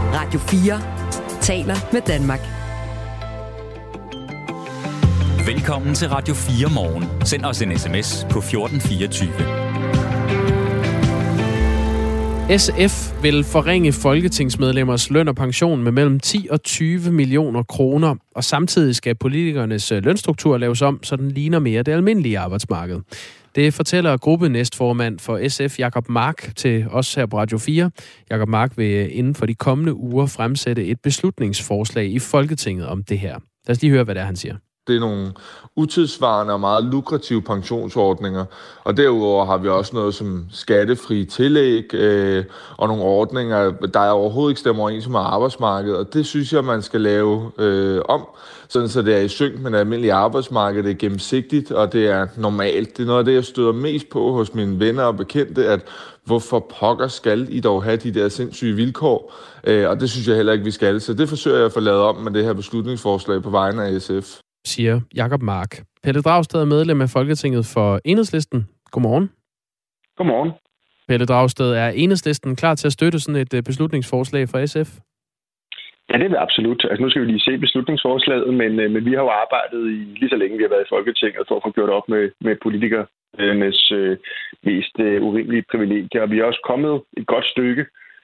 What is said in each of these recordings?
Radio 4 taler med Danmark. Velkommen til Radio 4 morgen. Send os en sms på 1424. SF vil forringe folketingsmedlemmers løn og pension med mellem 10 og 20 millioner kroner, og samtidig skal politikernes lønstruktur laves om, så den ligner mere det almindelige arbejdsmarked. Det fortæller gruppenæstformand for SF, Jacob Mark, til os her på Radio 4. Jacob Mark vil inden for de kommende uger fremsætte et beslutningsforslag i Folketinget om det her. Lad os lige høre, hvad det er, han siger. Det er nogle utidssvarende og meget lukrative pensionsordninger, og derudover har vi også noget som skattefri tillæg og nogle ordninger, der er overhovedet ikke stemmer overens med arbejdsmarkedet, og det synes jeg, man skal lave om, sådan så det er i sync med det almindelige arbejdsmarked, det er gennemsigtigt, og det er normalt. Det er noget af det, jeg støder mest på hos mine venner og bekendte, at hvorfor pokker skal I dog have de der sindssyge vilkår, og det synes jeg heller ikke, vi skal. Så det forsøger jeg at få lavet om med det her beslutningsforslag på vegne af SF. Siger Jacob Mark. Pelle Dragsted er medlem af Folketinget for Enhedslisten. Godmorgen. Godmorgen. Pelle Dragsted, er Enhedslisten klar til at støtte sådan et beslutningsforslag fra SF? Ja, det er vi absolut. Altså, nu skal vi lige se beslutningsforslaget, men vi har jo arbejdet i lige så længe vi har været i Folketinget for at få gjort op med politikernes mest urimelige privilegier. Og vi er også kommet et godt stykke.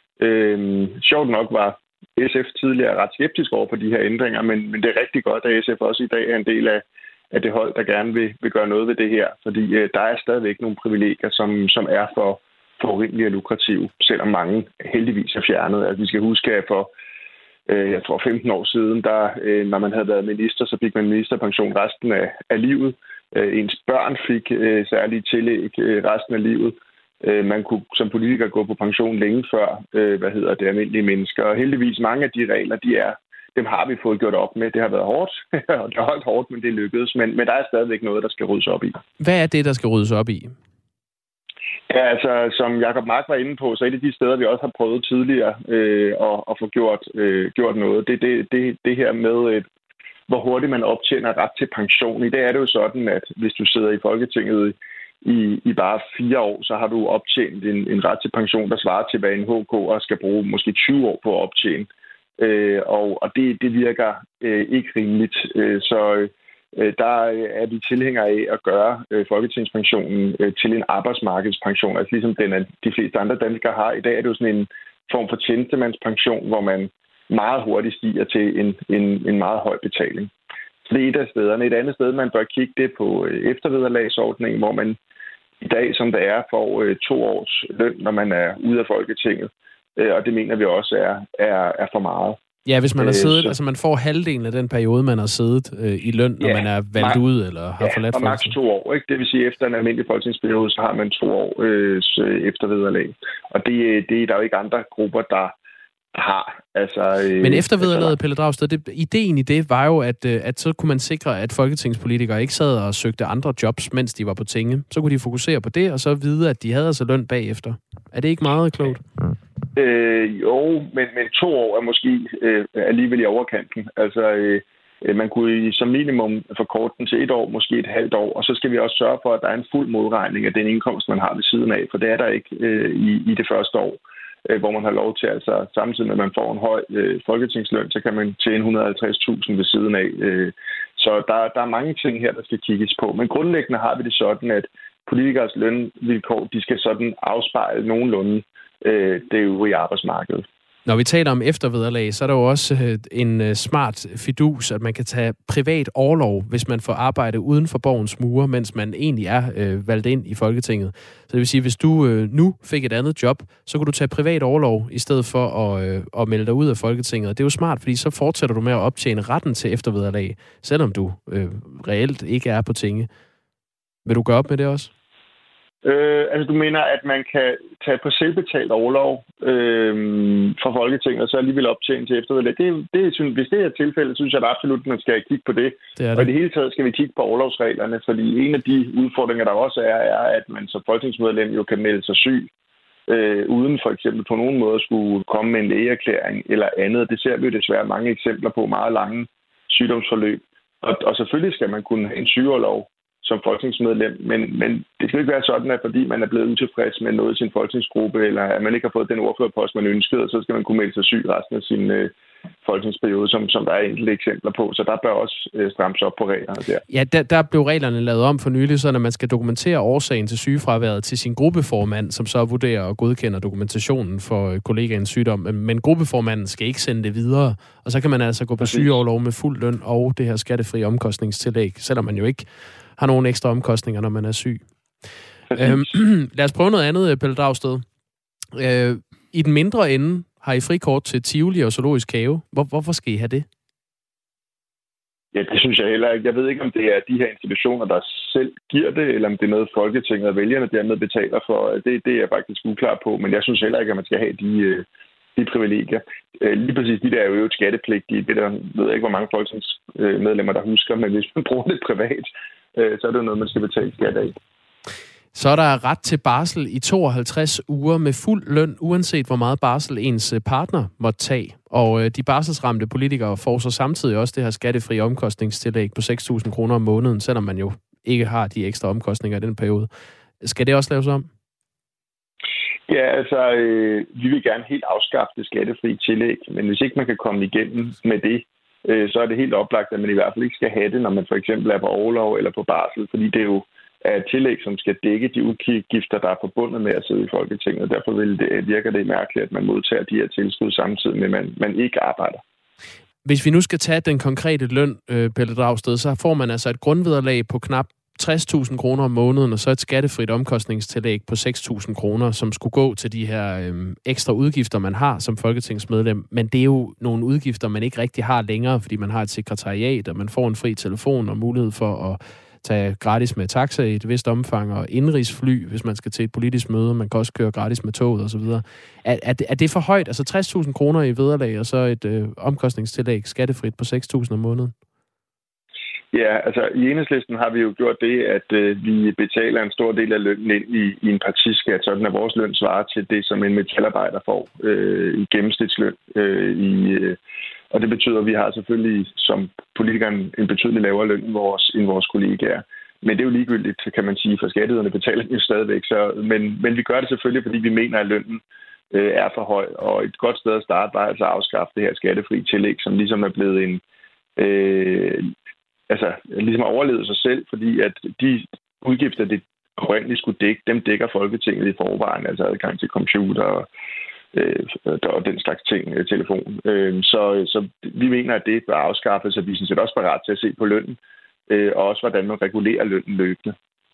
Sjovt nok var SF tidligere ret skeptisk over på de her ændringer, men det er rigtig godt, at SF også i dag er en del af det hold, der gerne vil gøre noget ved det her. Fordi der er stadigvæk nogle privilegier, som er for urimelige og lukrative, selvom mange heldigvis er fjernet. Altså, vi skal huske, at for jeg tror 15 år siden, når man havde været minister, så fik man ministerpension resten af livet. Ens børn fik særlige tillæg resten af livet. Man kunne som politiker gå på pension længe før, det almindelige mennesker. Og heldigvis mange af de regler, dem har vi fået gjort op med. Det har været hårdt, og det har holdt hårdt, men det lykkedes. Men der er stadigvæk noget, der skal ryddes op i. Hvad er det, der skal ryddes op i? Ja, altså som Jacob Mark var inde på, så er det de steder, vi også har prøvet tidligere at få gjort noget. Det her med, hvor hurtigt man optjener ret til pension. I dag er det jo sådan, at hvis du sidder i Folketinget i bare 4 år, så har du optjent en ret til pension, der svarer til, hvad en HK'er skal bruge måske 20 år på at optjene. Og det virker ikke rimeligt. Så der er vi tilhængere af at gøre folketingspensionen til en arbejdsmarkedspension, altså ligesom de fleste andre danskere har. I dag er det jo sådan en form for tjenestemandspension, hvor man meget hurtigt stiger til en meget høj betaling. Så det er et af stederne. Et andet sted, man bør kigge det på eftervederlagsordningen, hvor man i dag, som det er, får 2 års løn, når man er ude af Folketinget. Og det mener vi også er for meget. Ja, hvis man har siddet, altså man får halvdelen af den periode, man har siddet i løn, når man er valgt ud eller har forladt Folketinget. Ja, og maks 2 år. Ikke? Det vil sige, efter en almindelig folketingsperiode, så har man 2 års eftervederlag. Og det er der jo ikke andre grupper, der har. Men eftervederlaget, Pelle Dragsted, ideen i det var jo, at så kunne man sikre, at folketingspolitikere ikke sad og søgte andre jobs, mens de var på tinge. Så kunne de fokusere på det, og så vide, at de havde altså løn bagefter. Er det ikke meget klogt? Jo, men 2 år er måske alligevel i overkanten. Altså, man kunne som minimum forkorte den til 1 år, måske et halvt år, og så skal vi også sørge for, at der er en fuld modregning af den indkomst, man har ved siden af, for det er der ikke i det første år, hvor man har lov til, altså samtidig med, at man får en høj folketingsløn, så kan man tjene 150.000 ved siden af. Så der er mange ting her, der skal kigges på. Men grundlæggende har vi det sådan, at politikers lønvilkår, de skal sådan afspejle nogenlunde det øvrige arbejdsmarked. Når vi taler om eftervederlag, så er der jo også en smart fidus, at man kan tage privat orlov, hvis man får arbejde uden for borgens mure, mens man egentlig er valgt ind i Folketinget. Så det vil sige, hvis du nu fik et andet job, så kunne du tage privat orlov i stedet for at melde dig ud af Folketinget. Og det er jo smart, fordi så fortsætter du med at optjene retten til eftervederlag, selvom du reelt ikke er på tinge. Vil du gøre op med det også? Altså, du mener, at man kan tage på selvbetalt orlov fra Folketinget, og så alligevel optjene til eftervederlag. Hvis det er tilfældet, synes jeg da absolut, at man skal kigge på det. Og i det hele taget skal vi kigge på orlovsreglerne, fordi en af de udfordringer, der også er, at man som folketingsmedlem jo kan melde sig syg, uden for eksempel på nogen måde skulle komme med en lægeerklæring eller andet. Det ser vi jo desværre mange eksempler på, meget lange sygdomsforløb. Og selvfølgelig skal man kunne have en sygeorlov, som folketingsmedlem, men det skal ikke være sådan, at fordi man er blevet utilfreds med noget i sin folketingsgruppe, eller at man ikke har fået den ordførerpost, man ønskede, så skal man kunne melde sig syg resten af sin folketingsperiode, som der er enkelte eksempler på. Så der bør også strammes op på reglerne der. Ja, der blev reglerne lavet om for nylig, så når man skal dokumentere årsagen til sygefraværet til sin gruppeformand, som så vurderer og godkender dokumentationen for kollegaens sygdom. Men gruppeformanden skal ikke sende det videre, og så kan man altså gå på sygeorlov med fuld løn og det her skattefri omkostningstillæg, selvom man jo ikke har nogen ekstra omkostninger, når man er syg. Lad os prøve noget andet, Pelle Dragsted. I den mindre ende har I frikort til Tivoli og Zoologisk Have. Hvorfor skal I have det? Ja, det synes jeg heller ikke. Jeg ved ikke, om det er de her institutioner, der selv giver det, eller om det er noget, Folketinget og vælgerne dermed betaler for. Det er jeg faktisk uklar på, men jeg synes heller ikke, at man skal have de privilegier. Lige præcis de der er jo skattepligtige. Det der ved jeg ikke, hvor mange folketingsmedlemmer, der husker, men hvis man bruger det privat, så er det noget, man skal betale skat af. Så er der ret til barsel i 52 uger med fuld løn, uanset hvor meget barsel ens partner måtte tage. Og de barselsramte politikere får så samtidig også det her skattefri omkostningstillæg på 6.000 kroner om måneden, selvom man jo ikke har de ekstra omkostninger i den periode. Skal det også laves om? Ja, altså, vi vil gerne helt afskaffe det skattefri tillæg, men hvis ikke man kan komme igennem med det, så er det helt oplagt, at man i hvert fald ikke skal have det, når man for eksempel er på orlov eller på barsel, fordi det er jo er et tillæg, som skal dække de udgifter, der er forbundet med at sidde i Folketinget. Derfor virker det mærkeligt, at man modtager de her tilskud samtidig med, at man ikke arbejder. Hvis vi nu skal tage den konkrete løn, Pelle Dragsted, så får man altså et grundvederlag på knap 60.000 kroner om måneden, og så et skattefrit omkostningstillæg på 6.000 kroner, som skulle gå til de her ekstra udgifter, man har som folketingsmedlem. Men det er jo nogle udgifter, man ikke rigtig har længere, fordi man har et sekretariat, og man får en fri telefon og mulighed for at tage gratis med taxa i et vist omfang, og indrigsfly, hvis man skal til et politisk møde. Man kan også køre gratis med toget og så videre. Er det for højt? Altså 60.000 kroner i vederlag, og så et omkostningstillæg skattefrit på 6.000 om måneden? Ja, altså i Enhedslisten har vi jo gjort det, at vi betaler en stor del af lønnen ind i en partiskat, sådan at vores løn svarer til det, som en metalarbejder får i gennemsnitsløn. Og det betyder, at vi har selvfølgelig som politikere en betydelig lavere løn end vores kollegaer. Men det er jo ligegyldigt, kan man sige, for skatteyderne betaler jo stadigvæk. Men vi gør det selvfølgelig, fordi vi mener, at lønnen er for høj. Og et godt sted at starte var altså at afskaffe det her skattefri tillæg, som ligesom er blevet en... ligesom at overleve sig selv, fordi at de udgifter, det oprindeligt skulle dække, dem dækker Folketinget i forvejen, altså adgang til computer og den slags ting, telefon. Så vi mener, at det bør afskaffes, og vi er sådan set også parat til at se på lønnen, og også hvordan man regulerer lønnen løbende.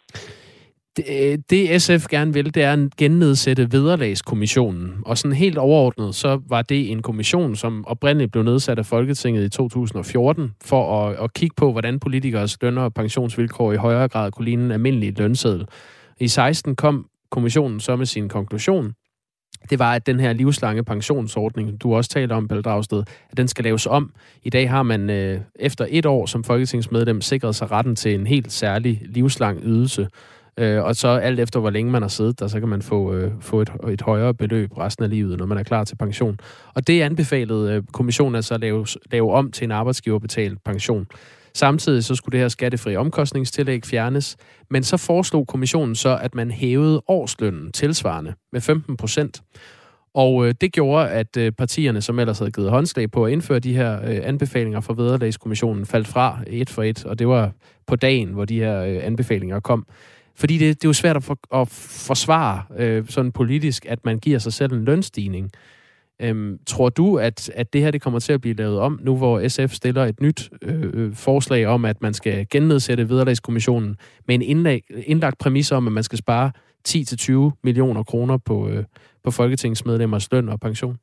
Det SF gerne vil, det er at gennedsætte vederlagskommissionen. Og sådan helt overordnet, så var det en kommission, som oprindeligt blev nedsat af Folketinget i 2014, for at kigge på, hvordan politikers lønner og pensionsvilkår i højere grad kunne ligne en almindelig lønseddel. I 16 kom kommissionen så med sin konklusion. Det var, at den her livslange pensionsordning, du også taler om, Pelle Dragsted, at den skal laves om. I dag har man efter 1 år som folketingsmedlem sikret sig retten til en helt særlig livslang ydelse. Og så alt efter, hvor længe man har siddet der, så kan man få et højere beløb resten af livet, når man er klar til pension. Og det anbefalede kommissionen altså at lave om til en arbejdsgiverbetalt pension. Samtidig så skulle det her skattefri omkostningstillæg fjernes, men så foreslog kommissionen så, at man hævede årslønnen tilsvarende med 15%. Og det gjorde, at partierne, som ellers havde givet håndslag på at indføre de her anbefalinger fra Vederlagskommissionen, faldt fra et for et, og det var på dagen, hvor de her anbefalinger kom. Fordi det er jo svært at forsvare sådan politisk, at man giver sig selv en lønstigning. Tror du, at det her det kommer til at blive lavet om, nu hvor SF stiller et nyt forslag om, at man skal gennedsætte Vederlagskommissionen med en indlagt præmis om, at man skal spare 10-20 millioner kroner på folketingsmedlemmers løn og pension?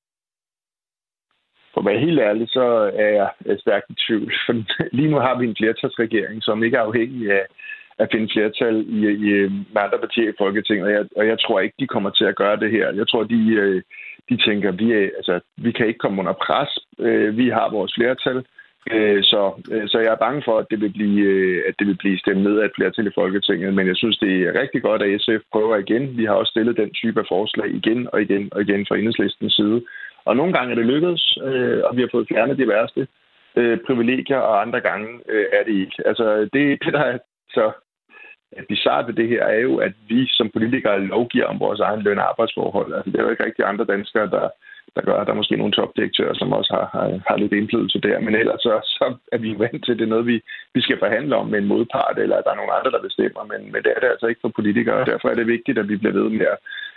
For at være helt ærlig, så er jeg stærkt i tvivl. For lige nu har vi en flertalsregering, som ikke er afhængig af at finde flertal med andre partier i Folketinget, og jeg tror ikke, de kommer til at gøre det her. Jeg tror, de tænker, vi kan ikke komme under pres. Vi har vores flertal, så jeg er bange for, at det vil blive stemt ned af et flertal i Folketinget. Men jeg synes, det er rigtig godt, at SF prøver igen. Vi har også stillet den type af forslag igen og igen og igen fra Enhedslistens side. Og nogle gange er det lykkedes, og vi har fået fjernet de værste privilegier, og andre gange er det ikke. Altså, det der er så bizarrt ved det her er jo, at vi som politikere lovgiver om vores egen løn- og arbejdsforhold. Altså, det er jo ikke rigtig andre danskere, der gør. Der er måske nogle topdirektører, som også har lidt indflydelse der. Men ellers så er vi vant til, det er noget, vi skal forhandle om med en modpart, eller at der er nogle andre, der bestemmer. Men det er det altså ikke for politikere, og derfor er det vigtigt, at vi bliver ved med at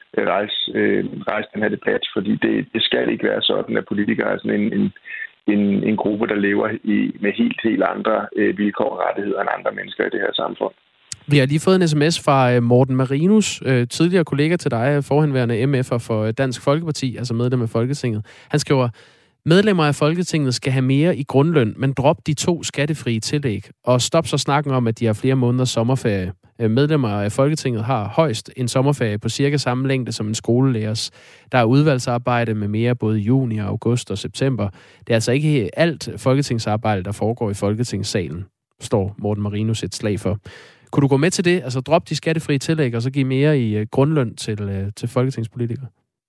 rejse den her debat, fordi det skal ikke være sådan, at politikere er sådan en gruppe, der lever med helt andre vilkår og rettigheder end andre mennesker i det her samfund. Vi har lige fået en sms fra Morten Marinus, tidligere kollega til dig, forhenværende MF'er for Dansk Folkeparti, altså medlem af Folketinget. Han skriver, medlemmer af Folketinget skal have mere i grundløn, men drop de 2 skattefrie tillæg, og stop så snakken om, at de har flere måneders sommerferie. Medlemmer af Folketinget har højst en sommerferie på cirka samme længde som en skolelærers. Der er udvalgsarbejde med mere både juni, august og september. Det er altså ikke alt folketingsarbejde, der foregår i Folketingssalen, står Morten Marinus et slag for. Kunne du gå med til det? Altså drop de skattefrie tillæg, og så give mere i grundløn til folketingspolitikere?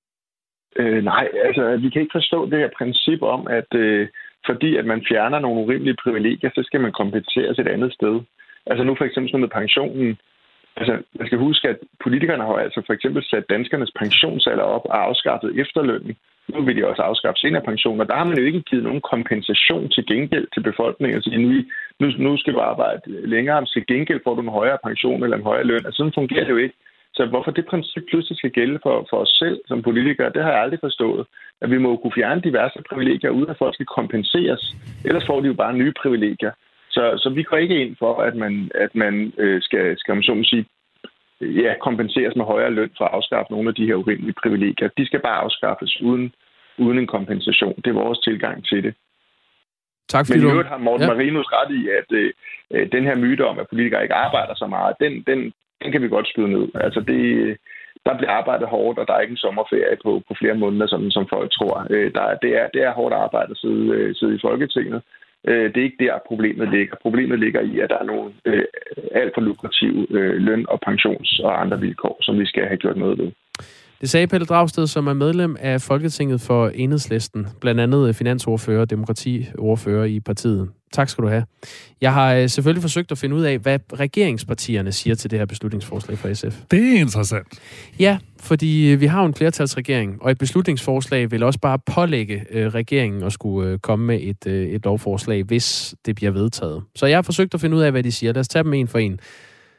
Nej, altså vi kan ikke forstå det her princip om, at fordi at man fjerner nogle urimelige privilegier, så skal man kompenseres et andet sted. Altså nu for eksempel med pensionen. Altså man skal huske, at politikerne har altså for eksempel sat danskernes pensionsalder op og afskaffet efterlønnen. Nu vil de også afskaffe seniorpension, og der har man jo ikke givet nogen kompensation til gengæld til befolkningen. Altså, nu skal du arbejde længere, om til gengæld får du en højere pension eller en højere løn. Altså sådan fungerer det jo ikke. Så hvorfor det princip pludselig skal gælde for os selv som politikere, det har jeg aldrig forstået. At vi må kunne fjerne diverse privilegier, uden at folk skal kompenseres. Ellers får de jo bare nye privilegier. Så vi går ikke ind for, at man skal man så må sige, kompenseres med højere løn for at afskaffe nogle af de her urimelige privilegier. De skal bare afskaffes uden en kompensation. Det er vores tilgang til det. Tak, fordi men i øvrigt har Morten Marinus ret i, at den her myte om, at politikere ikke arbejder så meget, den kan vi godt skyde ned. Altså der bliver arbejdet hårdt, og der er ikke en sommerferie på flere måneder, som folk tror. Det er hårdt arbejde at sidde i Folketinget. Det er ikke der, problemet ligger. Problemet ligger i, at der er nogle alt for lukrative løn- og pensions- og andre vilkår, som vi skal have gjort noget ved. Det sagde Pelle Dragsted, som er medlem af Folketinget for Enhedslisten, blandt andet finansordfører og demokratiordfører i partiet. Tak skal du have. Jeg har selvfølgelig forsøgt at finde ud af, hvad regeringspartierne siger til det her beslutningsforslag fra SF. Det er interessant. Ja, fordi vi har jo en flertalsregering, og et beslutningsforslag vil også bare pålægge regeringen at skulle komme med et lovforslag, hvis det bliver vedtaget. Så jeg har forsøgt at finde ud af, hvad de siger. Lad os tage dem en for en.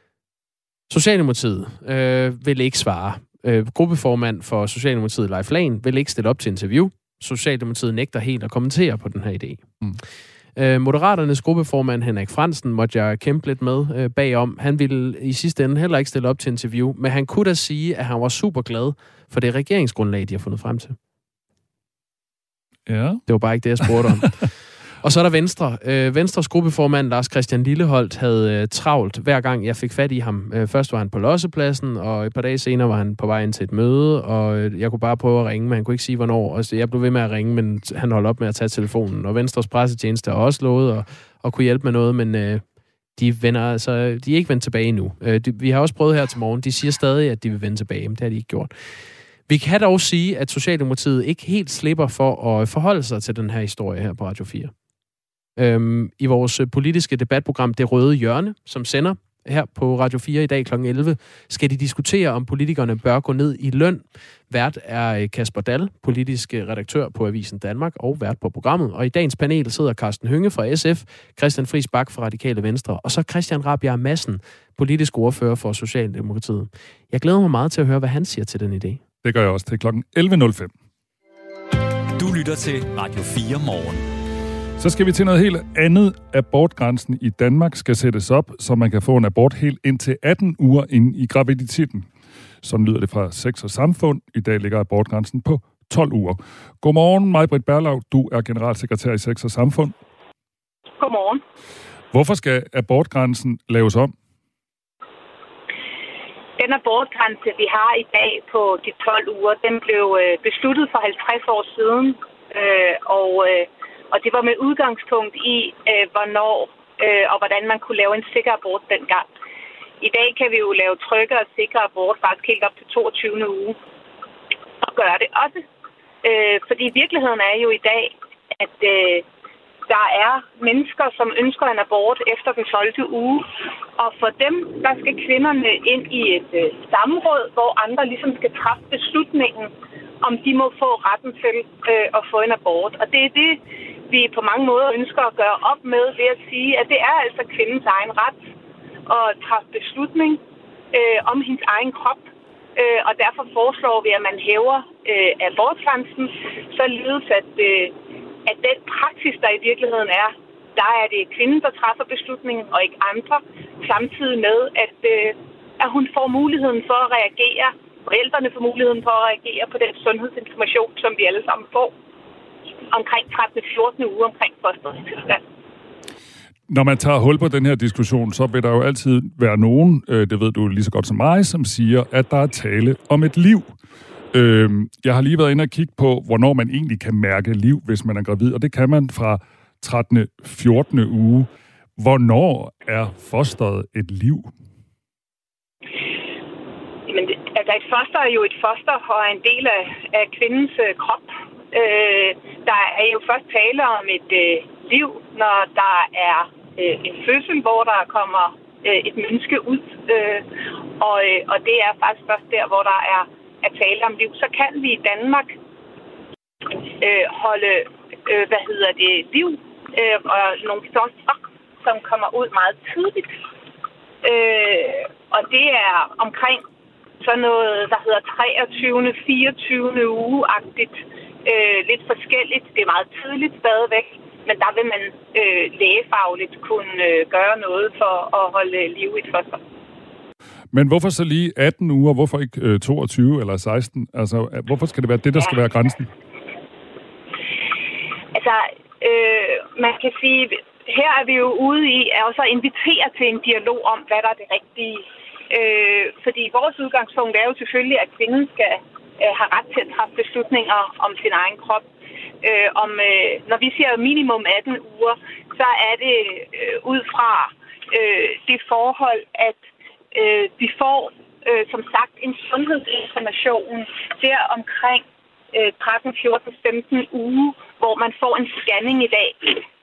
Socialdemokratiet vil ikke svare. Gruppeformand for Socialdemokratiet, Leif Lahn, vil ikke stille op til interview. Socialdemokratiet nægter helt at kommentere på den her idé. Moderaternes gruppeformand, Henrik Frandsen, måtte jeg kæmpe lidt med bagom. Han ville i sidste ende heller ikke stille op til interview, men han kunne da sige, at han var super glad for det regeringsgrundlag, de har fundet frem til. Ja. Det var bare ikke det, jeg spurgte om. Og så er der Venstre. Venstres gruppeformand, Lars Christian Lilleholt, havde travlt hver gang jeg fik fat i ham. Først var han på Lossepladsen, og et par dage senere var han på vej ind til et møde, og jeg kunne bare prøve at ringe, men han kunne ikke sige, hvornår. Og jeg blev ved med at ringe, men han holdt op med at tage telefonen. Og Venstres pressetjeneste har også lovet at kunne hjælpe med noget, men de er ikke vendt tilbage endnu. Vi har også prøvet her til morgen. De siger stadig, at de vil vende tilbage, men det har de ikke gjort. Vi kan dog sige, at Socialdemokratiet ikke helt slipper for at forholde sig til den her historie her på Radio 4. I vores politiske debatprogram Det Røde Hjørne, som sender her på Radio 4 i dag kl. 11, skal de diskutere, om politikerne bør gå ned i løn. Vært er Kasper Dahl, politisk redaktør på Avisen Danmark og vært på programmet. Og i dagens panel sidder Carsten Hønge fra SF, Christian Friis Bach fra Radikale Venstre, og så Christian Rabjerg Madsen, politisk ordfører for Socialdemokratiet. Jeg glæder mig meget til at høre, hvad han siger til den idé. Det gør jeg også til kl. 11.05. Du lytter til Radio 4 morgen. Så skal vi til noget helt andet. Abortgrænsen i Danmark skal sættes op, så man kan få en abort helt indtil 18 uger ind i graviditeten. Sådan lyder det fra Sex og Samfund. I dag ligger abortgrænsen på 12 uger. Godmorgen, Maj-Britt Berlau. Du er generalsekretær i Sex og Samfund. Godmorgen. Hvorfor skal abortgrænsen laves om? Den abortgrænse, vi har i dag på de 12 uger, den blev besluttet for 50 år siden, og det var med udgangspunkt i, hvornår og hvordan man kunne lave en sikker abort dengang. I dag kan vi jo lave trygge og sikre abort faktisk helt op til 22. uge. Og gøre det også. Fordi virkeligheden er jo i dag, at der er mennesker, som ønsker en abort efter den 12. uge. Og for dem, der skal kvinderne ind i et samråd, hvor andre ligesom skal træffe beslutningen, om de må få retten til at få en abort. Og det er det, vi på mange måder ønsker at gøre op med ved at sige, at det er altså kvindens egen ret at træffe beslutning om hendes egen krop. Og derfor foreslår vi, at man hæver abortgrænsen, således at den praksis, der i virkeligheden er, der er det kvinden, der træffer beslutningen, og ikke andre, samtidig med, at hun får muligheden for at reagere, forældrene får muligheden for at reagere på den sundhedsinformation, som vi alle sammen får omkring 13-14 uger omkring fosterets tilstand. Når man tager hul på den her diskussion, så vil der jo altid være nogen, det ved du lige så godt som mig, som siger, at der er tale om et liv. Jeg har lige været inde og kigge på, hvornår man egentlig kan mærke liv, hvis man er gravid, og det kan man fra 13. 14. uge. Hvornår er fosteret et liv? Men et foster er jo et foster og en del af kvindens krop. Der er jo først tale om et liv, når der er en fødsel, hvor der kommer et menneske ud. Og det er faktisk først der, hvor der er tale om liv. Så kan vi i Danmark holde liv og nogle fostre, som kommer ud meget tidligt. Og det er omkring sådan noget, der hedder 23. 24. uge-agtigt. Lidt forskelligt. Det er meget tidligt stadigvæk, men der vil man lægefagligt kunne gøre noget for at holde liv i et foster. Men hvorfor så lige 18 uger? Hvorfor ikke 22 eller 16? Altså, hvorfor skal det være det, der skal være grænsen? Altså, man kan sige, her er vi jo ude i at også invitere til en dialog om, hvad der er det rigtige. Fordi vores udgangspunkt er jo selvfølgelig, at kvinden skal have ret til at træffe beslutninger om sin egen krop. Når vi siger minimum 18 uger, så er det ud fra det forhold, at vi får som sagt en sundhedsinformation der omkring 13, 14, 15 uge, hvor man får en scanning i dag.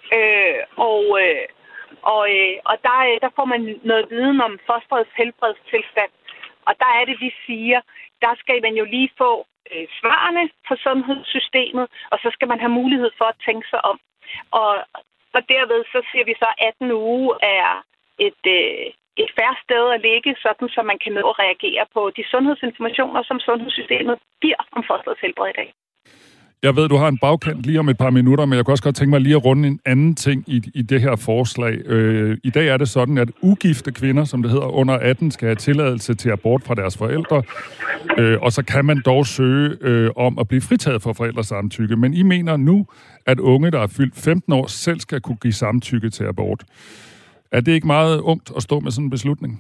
Og der får man noget viden om fosterets helbredstilstand. Og der er det, vi siger, der skal man jo lige få svarene fra sundhedssystemet, og så skal man have mulighed for at tænke sig om. Og derved så siger vi så, at 18 uge er et fair sted at ligge, sådan så man kan nå at reagere på de sundhedsinformationer, som sundhedssystemet giver om fosterets helbred i dag. Jeg ved, du har en bagkant lige om et par minutter, men jeg kunne også godt tænke mig lige at runde en anden ting i det her forslag. I dag er det sådan, at ugifte kvinder, som det hedder, under 18, skal have tilladelse til abort fra deres forældre, og så kan man dog søge om at blive fritaget for forældresamtykke. Men I mener nu, at unge, der er fyldt 15 år, selv skal kunne give samtykke til abort. Er det ikke meget ungt at stå med sådan en beslutning?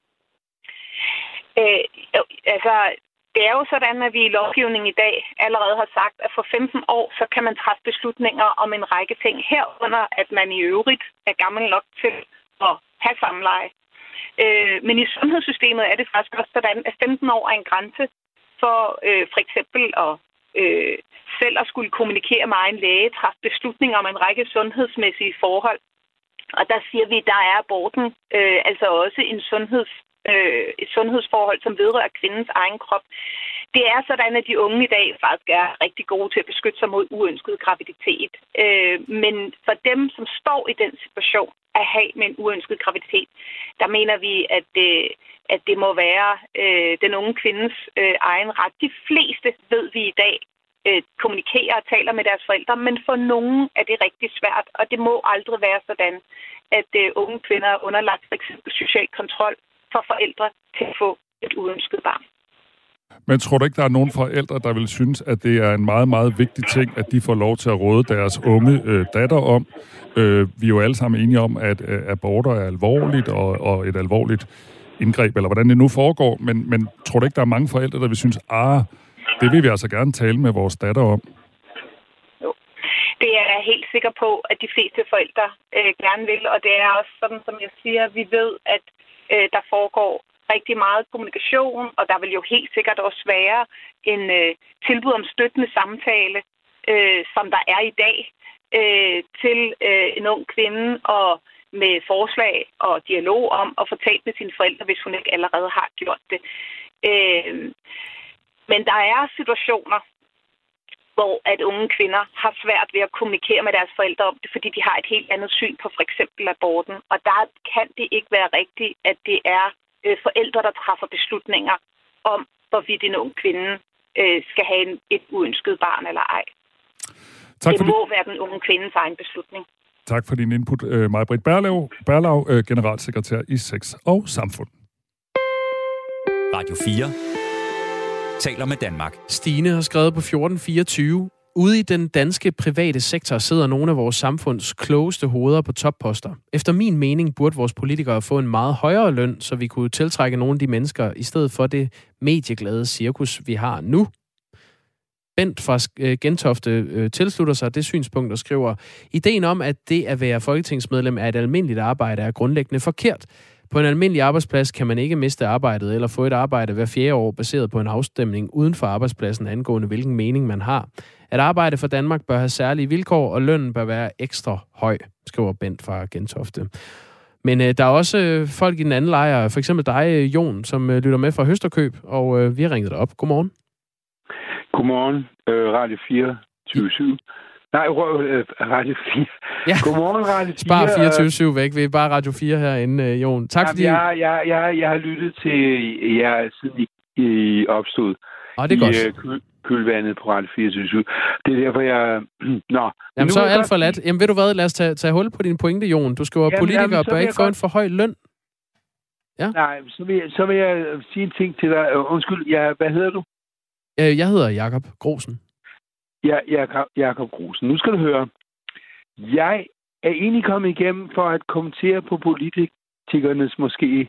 Det er jo sådan, at vi i lovgivningen i dag allerede har sagt, at for 15 år, så kan man træffe beslutninger om en række ting herunder, at man i øvrigt er gammel nok til at have samleje. Men i sundhedssystemet er det faktisk også sådan, at 15 år er en grænse for for eksempel at selv at skulle kommunikere med egen læge, træffe beslutninger om en række sundhedsmæssige forhold. Og der siger vi, at der er aborten altså også en et sundhedsforhold, som vedrører kvindens egen krop. Det er sådan, at de unge i dag faktisk er rigtig gode til at beskytte sig mod uønsket graviditet. Men for dem, som står i den situation at have med en uønsket graviditet, der mener vi, at det må være den unge kvindes egen ret. De fleste ved vi i dag kommunikerer og taler med deres forældre, men for nogen er det rigtig svært, og det må aldrig være sådan, at unge kvinder er underlagt for eksempel social kontrol for forældre til at få et uønsket barn. Men tror du ikke, der er nogen forældre, der vil synes, at det er en meget, meget vigtig ting, at de får lov til at råde deres unge datter om? Vi er jo alle sammen enige om, at aborter er alvorligt og et alvorligt indgreb, eller hvordan det nu foregår. Men tror du ikke, der er mange forældre, der vil synes, det vil vi altså gerne tale med vores datter om? Jo, det er jeg helt sikker på, at de fleste forældre gerne vil. Og det er også sådan, som jeg siger, vi ved, at der foregår rigtig meget kommunikation, og der vil jo helt sikkert også være en tilbud om støttende samtale, som der er i dag, til en ung kvinde. Og med forslag og dialog om at få talt med sine forældre, hvis hun ikke allerede har gjort det. Men der er situationer, hvor at unge kvinder har svært ved at kommunikere med deres forældre om det, fordi de har et helt andet syn på for eksempel aborten. Og der kan det ikke være rigtigt, at det er forældre, der træffer beslutninger om, hvorvidt en ung kvinde skal have et uønsket barn eller ej. Det må være den unge kvindes egen beslutning. Tak for din input, Maj-Britt Berlau, generalsekretær i Sex og Samfund. Radio 4 taler med Danmark. Stine har skrevet på 1424. Ude i den danske private sektor sidder nogle af vores samfunds klogeste hoveder på topposter. Efter min mening burde vores politikere få en meget højere løn, så vi kunne tiltrække nogle af de mennesker, i stedet for det medieglade cirkus, vi har nu. Bent fra Gentofte tilslutter sig det synspunkt og skriver, ideen om, at det at være folketingsmedlem er et almindeligt arbejde, er grundlæggende forkert. På en almindelig arbejdsplads kan man ikke miste arbejdet eller få et arbejde hver 4. år baseret på en afstemning uden for arbejdspladsen angående hvilken mening man har. At arbejde for Danmark bør have særlige vilkår, og lønnen bør være ekstra høj, skriver Bent fra Gentofte. Men der er også folk i den anden lejr, for eksempel dig, Jon, som lytter med fra Høsterkøb, og vi har ringet dig op. Godmorgen. Godmorgen, Radio 4, 27. Nej, Radio 4. Ja. Godmorgen, Radio 4. Spar 24/7 væk. Vi er bare Radio 4 herinde, Jon. Tak fordi... Jeg har lyttet til jer siden I opstod. Det er godt. Kølvandet på Radio 4. Det er derfor, jeg... Jamen, så er alt for lat. Jamen, ved du hvad? Lad os tage hul på din pointe, Jon. Du skriver, politikere bør ikke få en for høj løn. Ja? Nej, så vil jeg sige en ting til dig. Undskyld, hvad hedder du? Jeg hedder Jakob Grosen. Jakob Grosen. Nu skal du høre. Jeg er egentlig kommet igennem for at kommentere på politikernes måske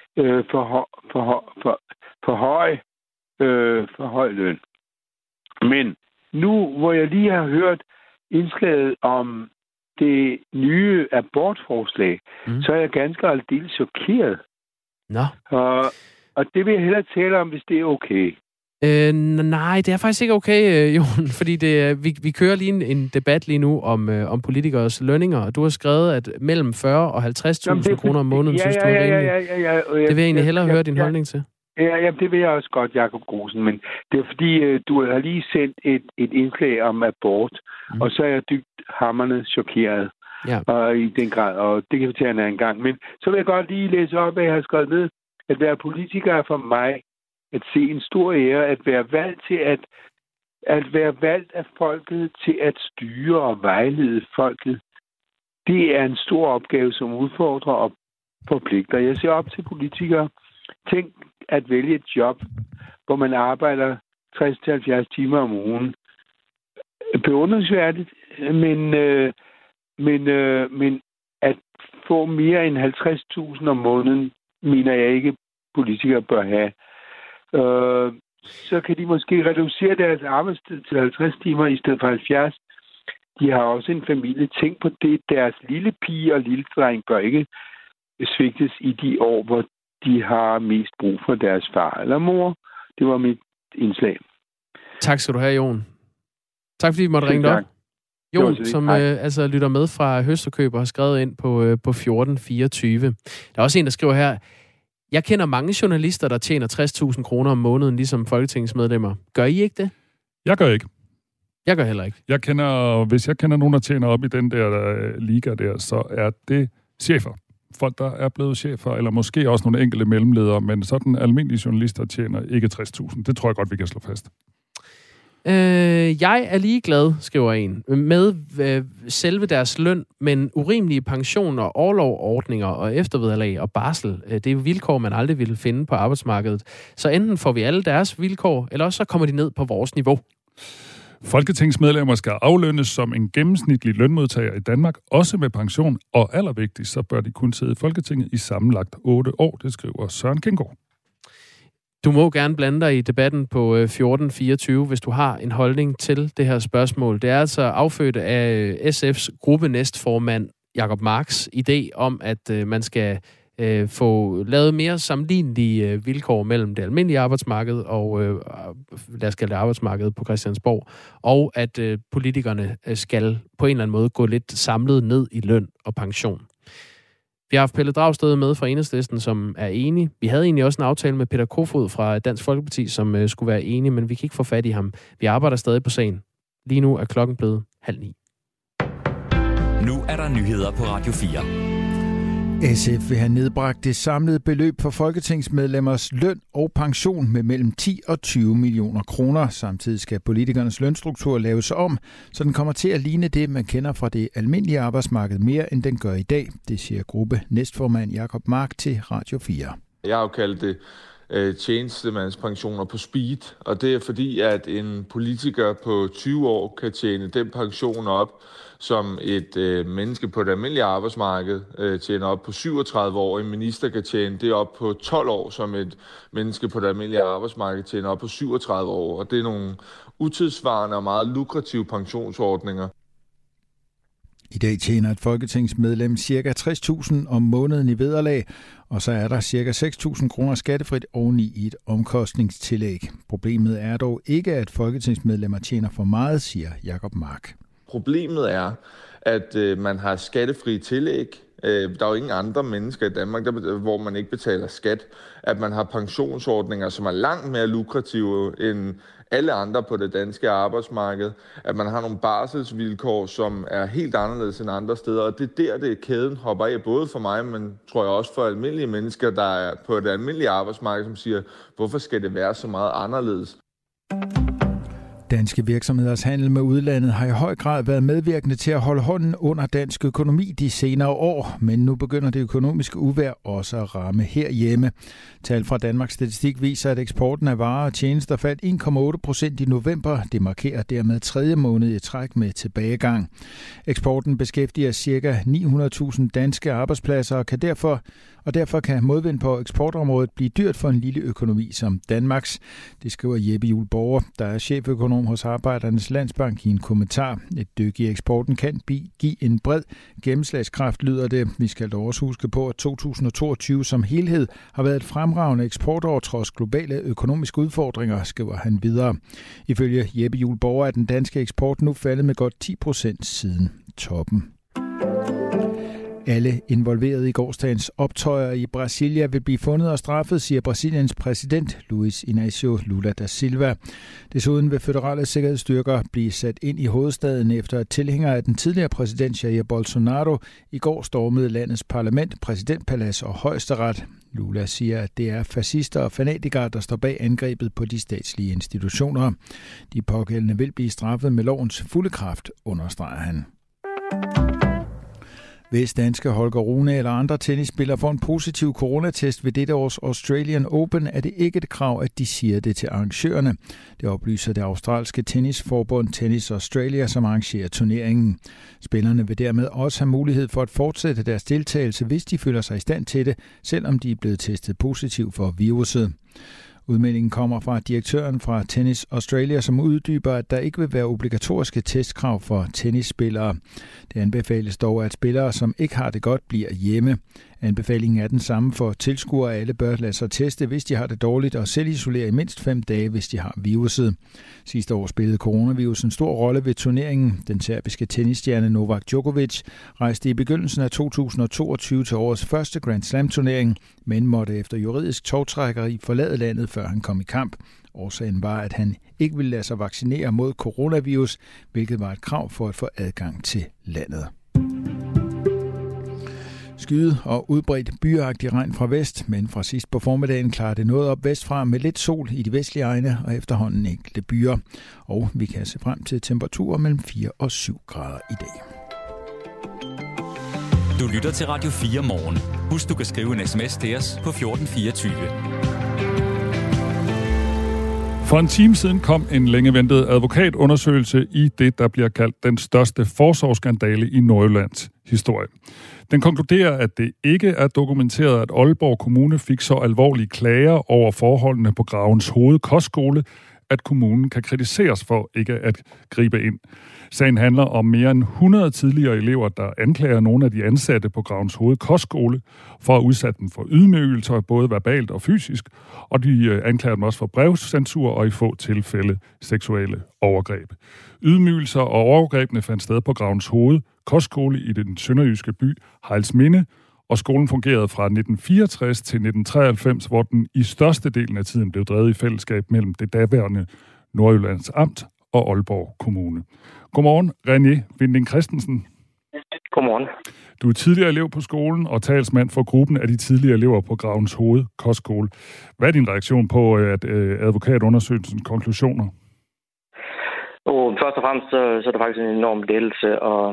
for høj løn. Men nu, hvor jeg lige har hørt indslaget om det nye abortforslag, så er jeg ganske aldeles chokeret. Nå. Og det vil jeg hellere tale om, hvis det er okay. Nej, det er faktisk ikke okay, Jon, fordi vi kører lige en debat lige nu om politikers lønninger, og du har skrevet, at mellem 40 og 50.000 kroner om måneden, synes du er rimeligt. Det vil jeg egentlig hellere høre din holdning til. Ja, det vil jeg også godt, Jakob Grosen, men det er fordi, du har lige sendt et indslag om abort, og så er jeg dybt hamrende chokeret i den grad, og det kan vi tage en anden gang. Men så vil jeg godt lige læse op, at jeg har skrevet ned, at være politiker er for mig at se en stor ære, at være valgt til at være valgt af folket til at styre og vejlede folket. Det er en stor opgave, som udfordrer og forpligter. Jeg ser op til politikere. Tænk at vælge et job, hvor man arbejder 60-70 timer om ugen. Beundringsværdigt, men at få mere end 50.000 om måneden, mener jeg ikke, politikere bør have. Så kan de måske reducere deres arbejdstid til 50 timer i stedet for 70. De har også en familie. Tænk på det. Deres lille pige og lille dreng bør ikke svigtes i de år, hvor de har mest brug for deres far eller mor. Det var mit indslag. Tak skal du have, Jon. Tak fordi vi måtte ringe op. Jon, som altså lytter med fra Høsterkøb og har skrevet ind på 1424. Der er også en, der skriver her, jeg kender mange journalister, der tjener 60.000 kroner om måneden, ligesom folketingsmedlemmer. Gør I ikke det? Jeg gør ikke. Jeg gør heller ikke. Hvis jeg kender nogen, der tjener op i den der liga der, så er det chefer. Folk, der er blevet chefer, eller måske også nogle enkelte mellemledere, men sådan almindelige journalister tjener ikke 60.000. Det tror jeg godt, vi kan slå fast. Jeg er ligeglad, skriver en, med selve deres løn, men urimelige pensioner, orlovordninger og eftervederlag og barsel, det er vilkår, man aldrig ville finde på arbejdsmarkedet. Så enten får vi alle deres vilkår, eller også så kommer de ned på vores niveau. Folketingsmedlemmer skal aflønnes som en gennemsnitlig lønmodtager i Danmark, også med pension, og allervigtigst, så bør de kun sidde i Folketinget i sammenlagt 8 år, det skriver Søren Kinggaard. Du må gerne blande dig i debatten på 1424, hvis du har en holdning til det her spørgsmål. Det er altså affødt af SF's gruppenæstformand Jacob Marks idé om, at man skal få lavet mere sammenlignelige vilkår mellem det almindelige arbejdsmarked og lad os kalde det arbejdsmarkedet på Christiansborg, og at politikerne skal på en eller anden måde gå lidt samlet ned i løn og pension. Vi har haft Pelle Dragsted med fra Enhedslisten, som er enig. Vi havde egentlig også en aftale med Peter Kofod fra Dansk Folkeparti, som skulle være enig, men vi kan ikke få fat i ham. Vi arbejder stadig på sagen. Lige nu er klokken blevet 8:30. Nu er der nyheder på Radio 4. SF vil have nedbragt det samlede beløb for folketingsmedlemmers løn og pension med mellem 10 og 20 millioner kroner. Samtidig skal politikernes lønstruktur laves om, så den kommer til at ligne det, man kender fra det almindelige arbejdsmarked mere, end den gør i dag. Det siger gruppe næstformand Jacob Mark til Radio 4. Jeg har jo kaldt det tjenestemandspensioner på speed, og det er fordi, at en politiker på 20 år kan tjene den pension op, som et menneske på det almindelige arbejdsmarked tjener op på 37 år. En minister kan tjene det op på 12 år, som et menneske på det almindelige arbejdsmarked tjener op på 37 år. Og det er nogle utidssvarende og meget lukrative pensionsordninger. I dag tjener et folketingsmedlem ca. 60.000 om måneden i vederlag, og så er der ca. 6.000 kroner skattefrit oveni i et omkostningstillæg. Problemet er dog ikke, at folketingsmedlemmer tjener for meget, siger Jacob Mark. Problemet er, at man har skattefri tillæg. Der er jo ingen andre mennesker i Danmark, hvor man ikke betaler skat. At man har pensionsordninger, som er langt mere lukrative end alle andre på det danske arbejdsmarked. At man har nogle barselsvilkår, som er helt anderledes end andre steder. Og det er der, kæden hopper af, både for mig, men tror jeg også for almindelige mennesker, der er på det almindelige arbejdsmarked, som siger, hvorfor skal det være så meget anderledes? Danske virksomheders handel med udlandet har i høj grad været medvirkende til at holde hånden under dansk økonomi de senere år, men nu begynder det økonomiske uvejr også at ramme herhjemme. Tal fra Danmarks Statistik viser, at eksporten af varer og tjenester faldt 1,8% i november. Det markerer dermed 3. måned i træk med tilbagegang. Eksporten beskæftiger ca. 900.000 danske arbejdspladser og derfor kan modvind på eksportområdet blive dyrt for en lille økonomi som Danmarks. Det skriver Jeppe Juhl Borger, der er cheføkonom hos Arbejdernes Landsbank i en kommentar. Et dyk i eksporten kan give en bred gennemslagskraft, lyder det. Vi skal dog også huske på, at 2022 som helhed har været et fremragende eksportår trods globale økonomiske udfordringer, skriver han videre. Ifølge Jeppe Juhl Borger er den danske eksport nu faldet med godt 10% siden toppen. Alle involverede i gårsdagens optøjer i Brasilia vil blive fundet og straffet, siger Brasiliens præsident Luiz Inácio Lula da Silva. Desuden vil føderale sikkerhedsstyrker blive sat ind i hovedstaden efter at tilhængere af den tidligere præsident Jair Bolsonaro i går stormede landets parlament, præsidentpalads og højesteret. Lula siger, at det er fascister og fanatikere, der står bag angrebet på de statslige institutioner. De pågældende vil blive straffet med lovens fulde kraft, understreger han. Hvis danske Holger Rune eller andre tennisspillere får en positiv coronatest ved dette års Australian Open, er det ikke et krav, at de siger det til arrangørerne. Det oplyser det australske tennisforbund Tennis Australia, som arrangerer turneringen. Spillerne vil dermed også have mulighed for at fortsætte deres deltagelse, hvis de føler sig i stand til det, selvom de er blevet testet positiv for viruset. Udmeldingen kommer fra direktøren fra Tennis Australia, som uddyber, at der ikke vil være obligatoriske testkrav for tennisspillere. Det anbefales dog, at spillere, som ikke har det godt, bliver hjemme. Anbefalingen er den samme for tilskuere. Alle bør lade sig teste, hvis de har det dårligt, og selvisolere i mindst 5 dage, hvis de har viruset. Sidste år spillede coronavirus en stor rolle ved turneringen. Den serbiske tennisstjerne Novak Djokovic rejste i begyndelsen af 2022 til årets første Grand Slam-turnering, men måtte efter juridisk tovtrækkeri forlade landet, før han kom i kamp. Årsagen var, at han ikke ville lade sig vaccinere mod coronavirus, hvilket var et krav for at få adgang til landet. Skyet og udbredt byagtig regn fra vest, men fra sidst på formiddagen klarer det noget op vestfra med lidt sol i de vestlige egne og efterhånden enkelte byer. Og vi kan se frem til temperaturer mellem 4 og 7 grader i dag. Du lytter til Radio 4 morgen. Husk, du kan skrive en sms til os på 1424. For en time siden kom en længe ventet advokatundersøgelse i det, der bliver kaldt den største forsorgsskandale i Nordjyllands historie. Den konkluderer, at det ikke er dokumenteret, at Aalborg Kommune fik så alvorlige klager over forholdene på Gravens Hoved Kostskole, at kommunen kan kritiseres for ikke at gribe ind. Sagen handler om mere end 100 tidligere elever, der anklager nogle af de ansatte på Gravens Hoved Kostskole for at udsætte dem for ydmygelser, både verbalt og fysisk, og de anklager dem også for brevcensur og i få tilfælde seksuelle overgreb. Ydmygelser og overgrebene fandt sted på Gravens Hoved Kostskole i den sønderjyske by Hejlsminde, og skolen fungerede fra 1964 til 1993, hvor den i størstedelen af tiden blev drevet i fællesskab mellem det daværende Nordjyllands Amt og Aalborg Kommune. Godmorgen, René Vinding Christensen. Godmorgen. Du er tidligere elev på skolen og talsmand for gruppen af de tidligere elever på Gravens Hoved Kostskole. Hvad er din reaktion på advokatundersøgelsens konklusioner? Først og fremmest så er det faktisk en enorm lettelse og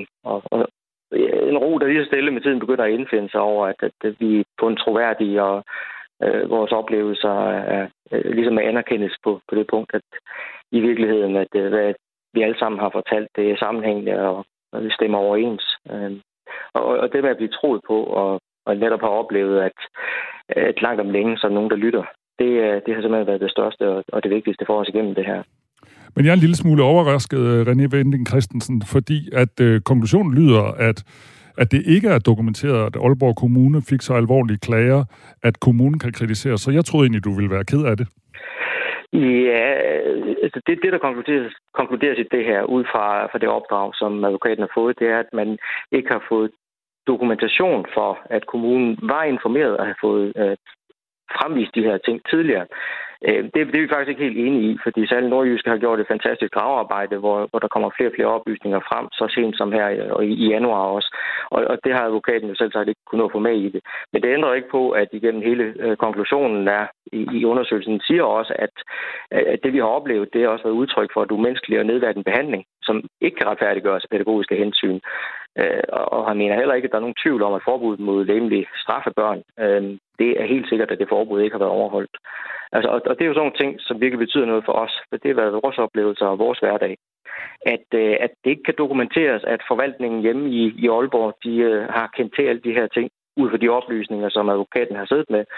en ro, der lige så stille med tiden begynder at indfinde sig over, at vi på en troværdig og vores oplevelser er ligesom anerkendes på det punkt, at i virkeligheden, at hvad vi alle sammen har fortalt, det er sammenhængende og det stemmer overens. Og det med at blive troet på og netop har oplevet, at langt om længe, så nogen, der lytter, det har simpelthen været det største og det vigtigste for os igennem det her. Men jeg er en lille smule overrasket, René Vinding Christensen, fordi at konklusionen lyder, at det ikke er dokumenteret, at Aalborg Kommune fik så alvorlige klager, at kommunen kan kritisere. Så jeg troede egentlig, du ville være ked af det. Ja, altså det der konkluderes i det her, ud fra det opdrag, som advokaten har fået, det er, at man ikke har fået dokumentation for, at kommunen var informeret og har fået fremvist de her ting tidligere. Det er vi faktisk ikke helt enige i, fordi særligt Nordjyske har gjort et fantastisk gravearbejde, hvor der kommer flere og flere oplysninger frem, så sent som her og i januar også. Og det har advokaten jo selv sagt ikke kunne nå få med i det. Men det ændrer ikke på, at igennem hele konklusionen i undersøgelsen siger også, at det vi har oplevet, det er også været udtryk for et umenneskeligt og nedværdigende behandling, som ikke kan retfærdiggøres af pædagogiske hensyn. Og han mener heller ikke, at der er nogen tvivl om, at forbuddet mod legemlig straffe børn, det er helt sikkert, at det forbud ikke har været overholdt. Altså, og det er jo sådan nogle ting, som virkelig betyder noget for os, for det har været vores oplevelser og vores hverdag. At det ikke kan dokumenteres, at forvaltningen hjemme i Aalborg, de har kendt til alle de her ting, ud fra de oplysninger, som advokaten har siddet med.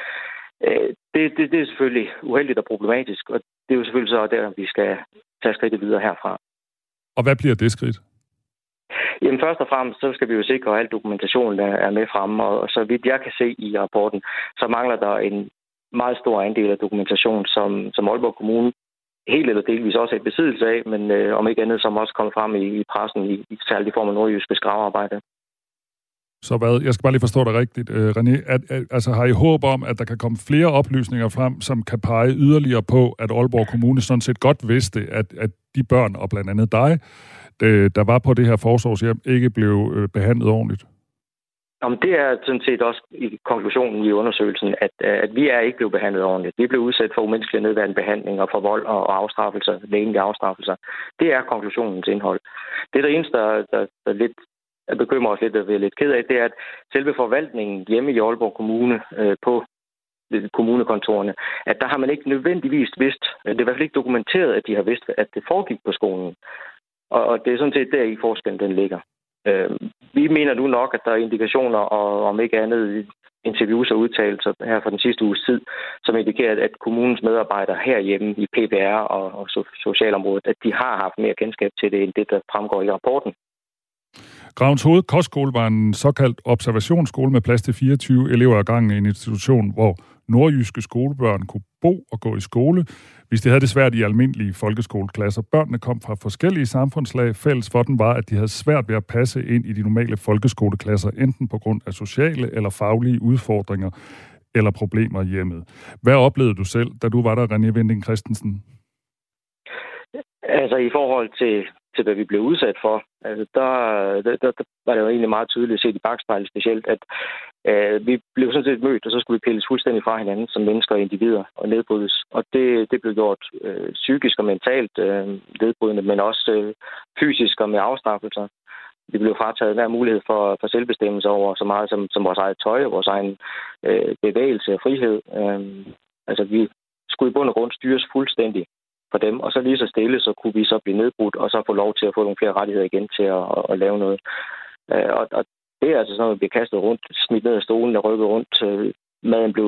Det er selvfølgelig uheldigt og problematisk, og det er jo selvfølgelig så der, vi skal tage skridtet videre herfra. Og hvad bliver det skridt? Jamen først og fremmest, så skal vi jo sikre, at al dokumentationen er med fremme, og så vidt jeg kan se i rapporten, så mangler der en meget stor andel af dokumentation, som Aalborg Kommune helt eller delvis også er i besiddelse af, men om ikke andet, som også kommer frem i pressen, i særlig form af Nordjyske gravearbejde. Så hvad? Jeg skal bare lige forstå dig rigtigt, René. Altså har I håb om, at der kan komme flere oplysninger frem, som kan pege yderligere på, at Aalborg Kommune sådan set godt vidste, at de børn, og blandt andet dig, der var på det her forsorgshjem, ikke blev behandlet ordentligt? Jamen, det er sådan set også i konklusionen i undersøgelsen, at vi er ikke blevet behandlet ordentligt. Vi blev udsat for umenneskelig nedværdigende behandling og for vold og afstraffelser, lægelige afstraffelser. Det er konklusionens indhold. Det er det eneste, der lidt bekymrer os lidt og vi er lidt ked af, det er, at selve forvaltningen hjemme i Aalborg Kommune på kommunekontorerne, at der har man ikke nødvendigvis vidst, det er i hvert fald ikke dokumenteret, at de har vidst, at det foregik på skolen. Og det er sådan set der i forskellen, den ligger. Vi mener nu nok, at der er indikationer, og om ikke andet interviews og udtalelser her fra den sidste uges tid, som indikerer, at kommunens medarbejdere herhjemme i PPR og socialområdet, at de har haft mere kendskab til det, end det, der fremgår i rapporten. Gravens Hoved Kostskole var en såkaldt observationsskole med plads til 24 elever ad gangen i en institution, hvor nordjyske skolebørn kunne bo og gå i skole, hvis de havde det svært i almindelige folkeskoleklasser. Børnene kom fra forskellige samfundslag. Fælles for dem var, at de havde svært ved at passe ind i de normale folkeskoleklasser, enten på grund af sociale eller faglige udfordringer eller problemer i hjemmet. Hvad oplevede du selv, da du var der, René Vinding Christensen? Altså i forhold til hvad vi blev udsat for, altså, der var det jo egentlig meget tydeligt at se i bakspejlet specielt, at vi blev sådan set mødt, og så skulle vi pilles fuldstændig fra hinanden som mennesker og individer og nedbrydes. Og det blev gjort psykisk og mentalt nedbrydende, men også fysisk og med afstraffelser. Vi blev frataget hver mulighed for selvbestemmelse over så meget som vores eget tøj og vores egen bevægelse og frihed. Altså vi skulle i bund og grund styres fuldstændig for dem, og så lige så stille, så kunne vi så blive nedbrudt, og så få lov til at få nogle flere rettigheder igen til at lave noget. Og det er altså sådan noget, vi bliver kastet rundt, smidt ned af stolen og rykket rundt. Maden blev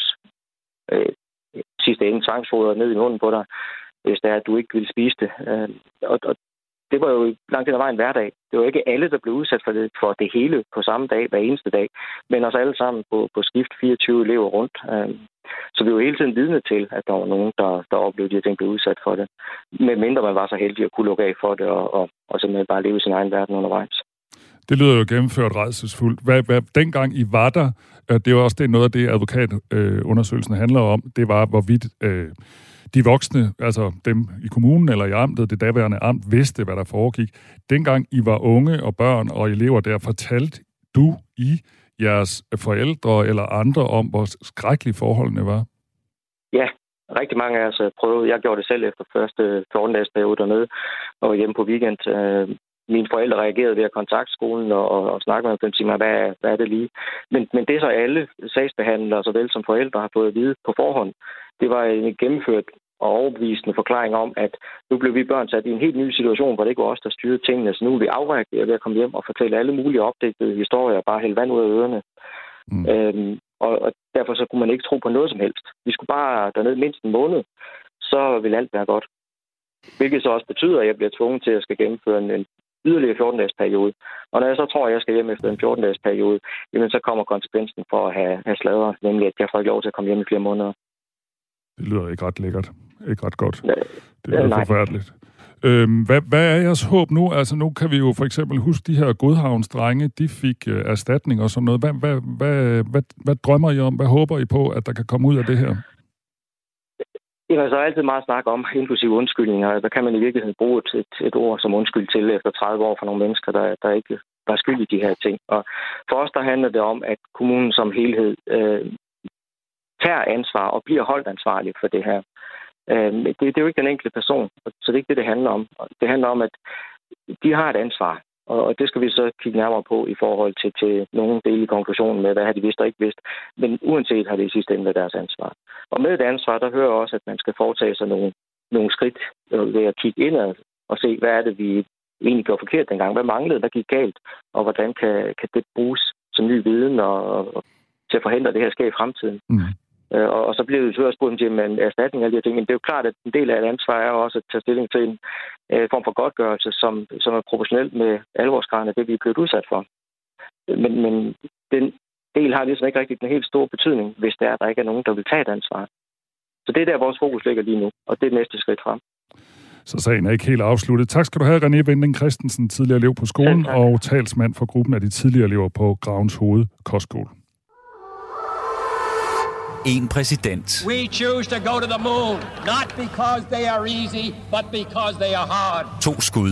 sidste ende tvangsfodret ned i munden på dig, hvis det er, at du ikke ville spise det. Og det var jo langt hen ad vejen hverdag. Det var ikke alle, der blev udsat for det hele på samme dag, hver eneste dag, men os alle sammen på skift 24 elever rundt. Så vi var hele tiden vidne til, at der var nogen, der oplevede de her ting, blev udsat for det. Men mindre man var så heldig at kunne lukke af for det, og simpelthen bare leve i sin egen verden undervejs. Det lyder jo gennemført rædselsfuldt. Hvad dengang I var der, det var også noget af det, advokatundersøgelsen handler om, det var, hvorvidt de voksne, altså dem i kommunen eller i amtet, det daværende amt, vidste, hvad der foregik. Dengang I var unge og børn og elever der, fortalte du jeres forældre eller andre om, hvor skrækkelige forholdene var? Ja, rigtig mange af os prøvede. Jeg gjorde det selv efter første 14-dagsperiode dernede og var hjemme på weekend. Mine forældre reagerede ved at kontakte skolen og snakke med dem og sige mig, hvad er det lige? Men det så alle sagsbehandlere, såvel som forældre, har fået at vide på forhånd, det var en gennemført og overbevisende forklaring om, at nu blev vi børn sat i en helt ny situation, hvor det ikke var os, der styrede tingene. Så nu er vi afreageret ved at komme hjem og fortælle alle mulige opdigtede historier og bare hælde vand ud af ørerne. Og derfor så kunne man ikke tro på noget som helst. Vi skulle bare derned mindst en måned, så ville alt være godt. Hvilket så også betyder, at jeg bliver tvunget til at skal gennemføre en yderligere 14-dagsperiode. Og når jeg så tror, at jeg skal hjem efter en 14-dagsperiode, jamen så kommer konsekvensen for at have sladret, nemlig at jeg får ikke lov til at komme hjem i flere måneder. Det lyder ikke ret lækkert. Ikke ret godt. Det er forfærdeligt. Hvad er jeres håb nu? Altså nu kan vi jo for eksempel huske de her Godhavnsdrenge, de fik erstatning og sådan noget. Hvad drømmer I om? Hvad håber I på, at der kan komme ud af det her? Det er så altid meget snak om, inklusive undskyldninger. Der kan man i virkeligheden bruge et ord som undskyld til efter 30 år for nogle mennesker, der ikke var skyld i de her ting. Og for os, der handler det om, at kommunen som helhed tager ansvar og bliver holdt ansvarlig for det her. Det er jo ikke den enkelte person, så det er ikke det handler om. Det handler om, at de har et ansvar, og det skal vi så kigge nærmere på i forhold til nogle dele i konklusionen med, hvad har de vidst og ikke vidst. Men uanset har det i sidste ende været deres ansvar. Og med det ansvar, der hører også, at man skal foretage sig nogle skridt ved at kigge indad og se, hvad er det, vi egentlig gjorde forkert dengang. Hvad manglede, hvad gik galt, og hvordan kan det bruges som ny viden og til at forhindre det her sker i fremtiden. Og så bliver det jo også spurgt til en erstatning af de her ting. Men det er jo klart, at en del af et ansvar er også at tage stilling til en form for godtgørelse, som er proportionelt med alvorsgraden af det, vi er blevet udsat for. Men den del har ligesom ikke rigtig den helt store betydning, hvis der ikke er nogen, der vil tage et ansvar. Så det er der, vores fokus ligger lige nu, og det er næste skridt frem. Så sagen er ikke helt afsluttet. Tak skal du have, René Vinding Christensen, tidligere elev på skolen og talsmand for gruppen af de tidligere elever på Gravens Hoved Kostskole. En præsident. We choose to go to the moon, not because they are easy, but because they are hard. 2 skud.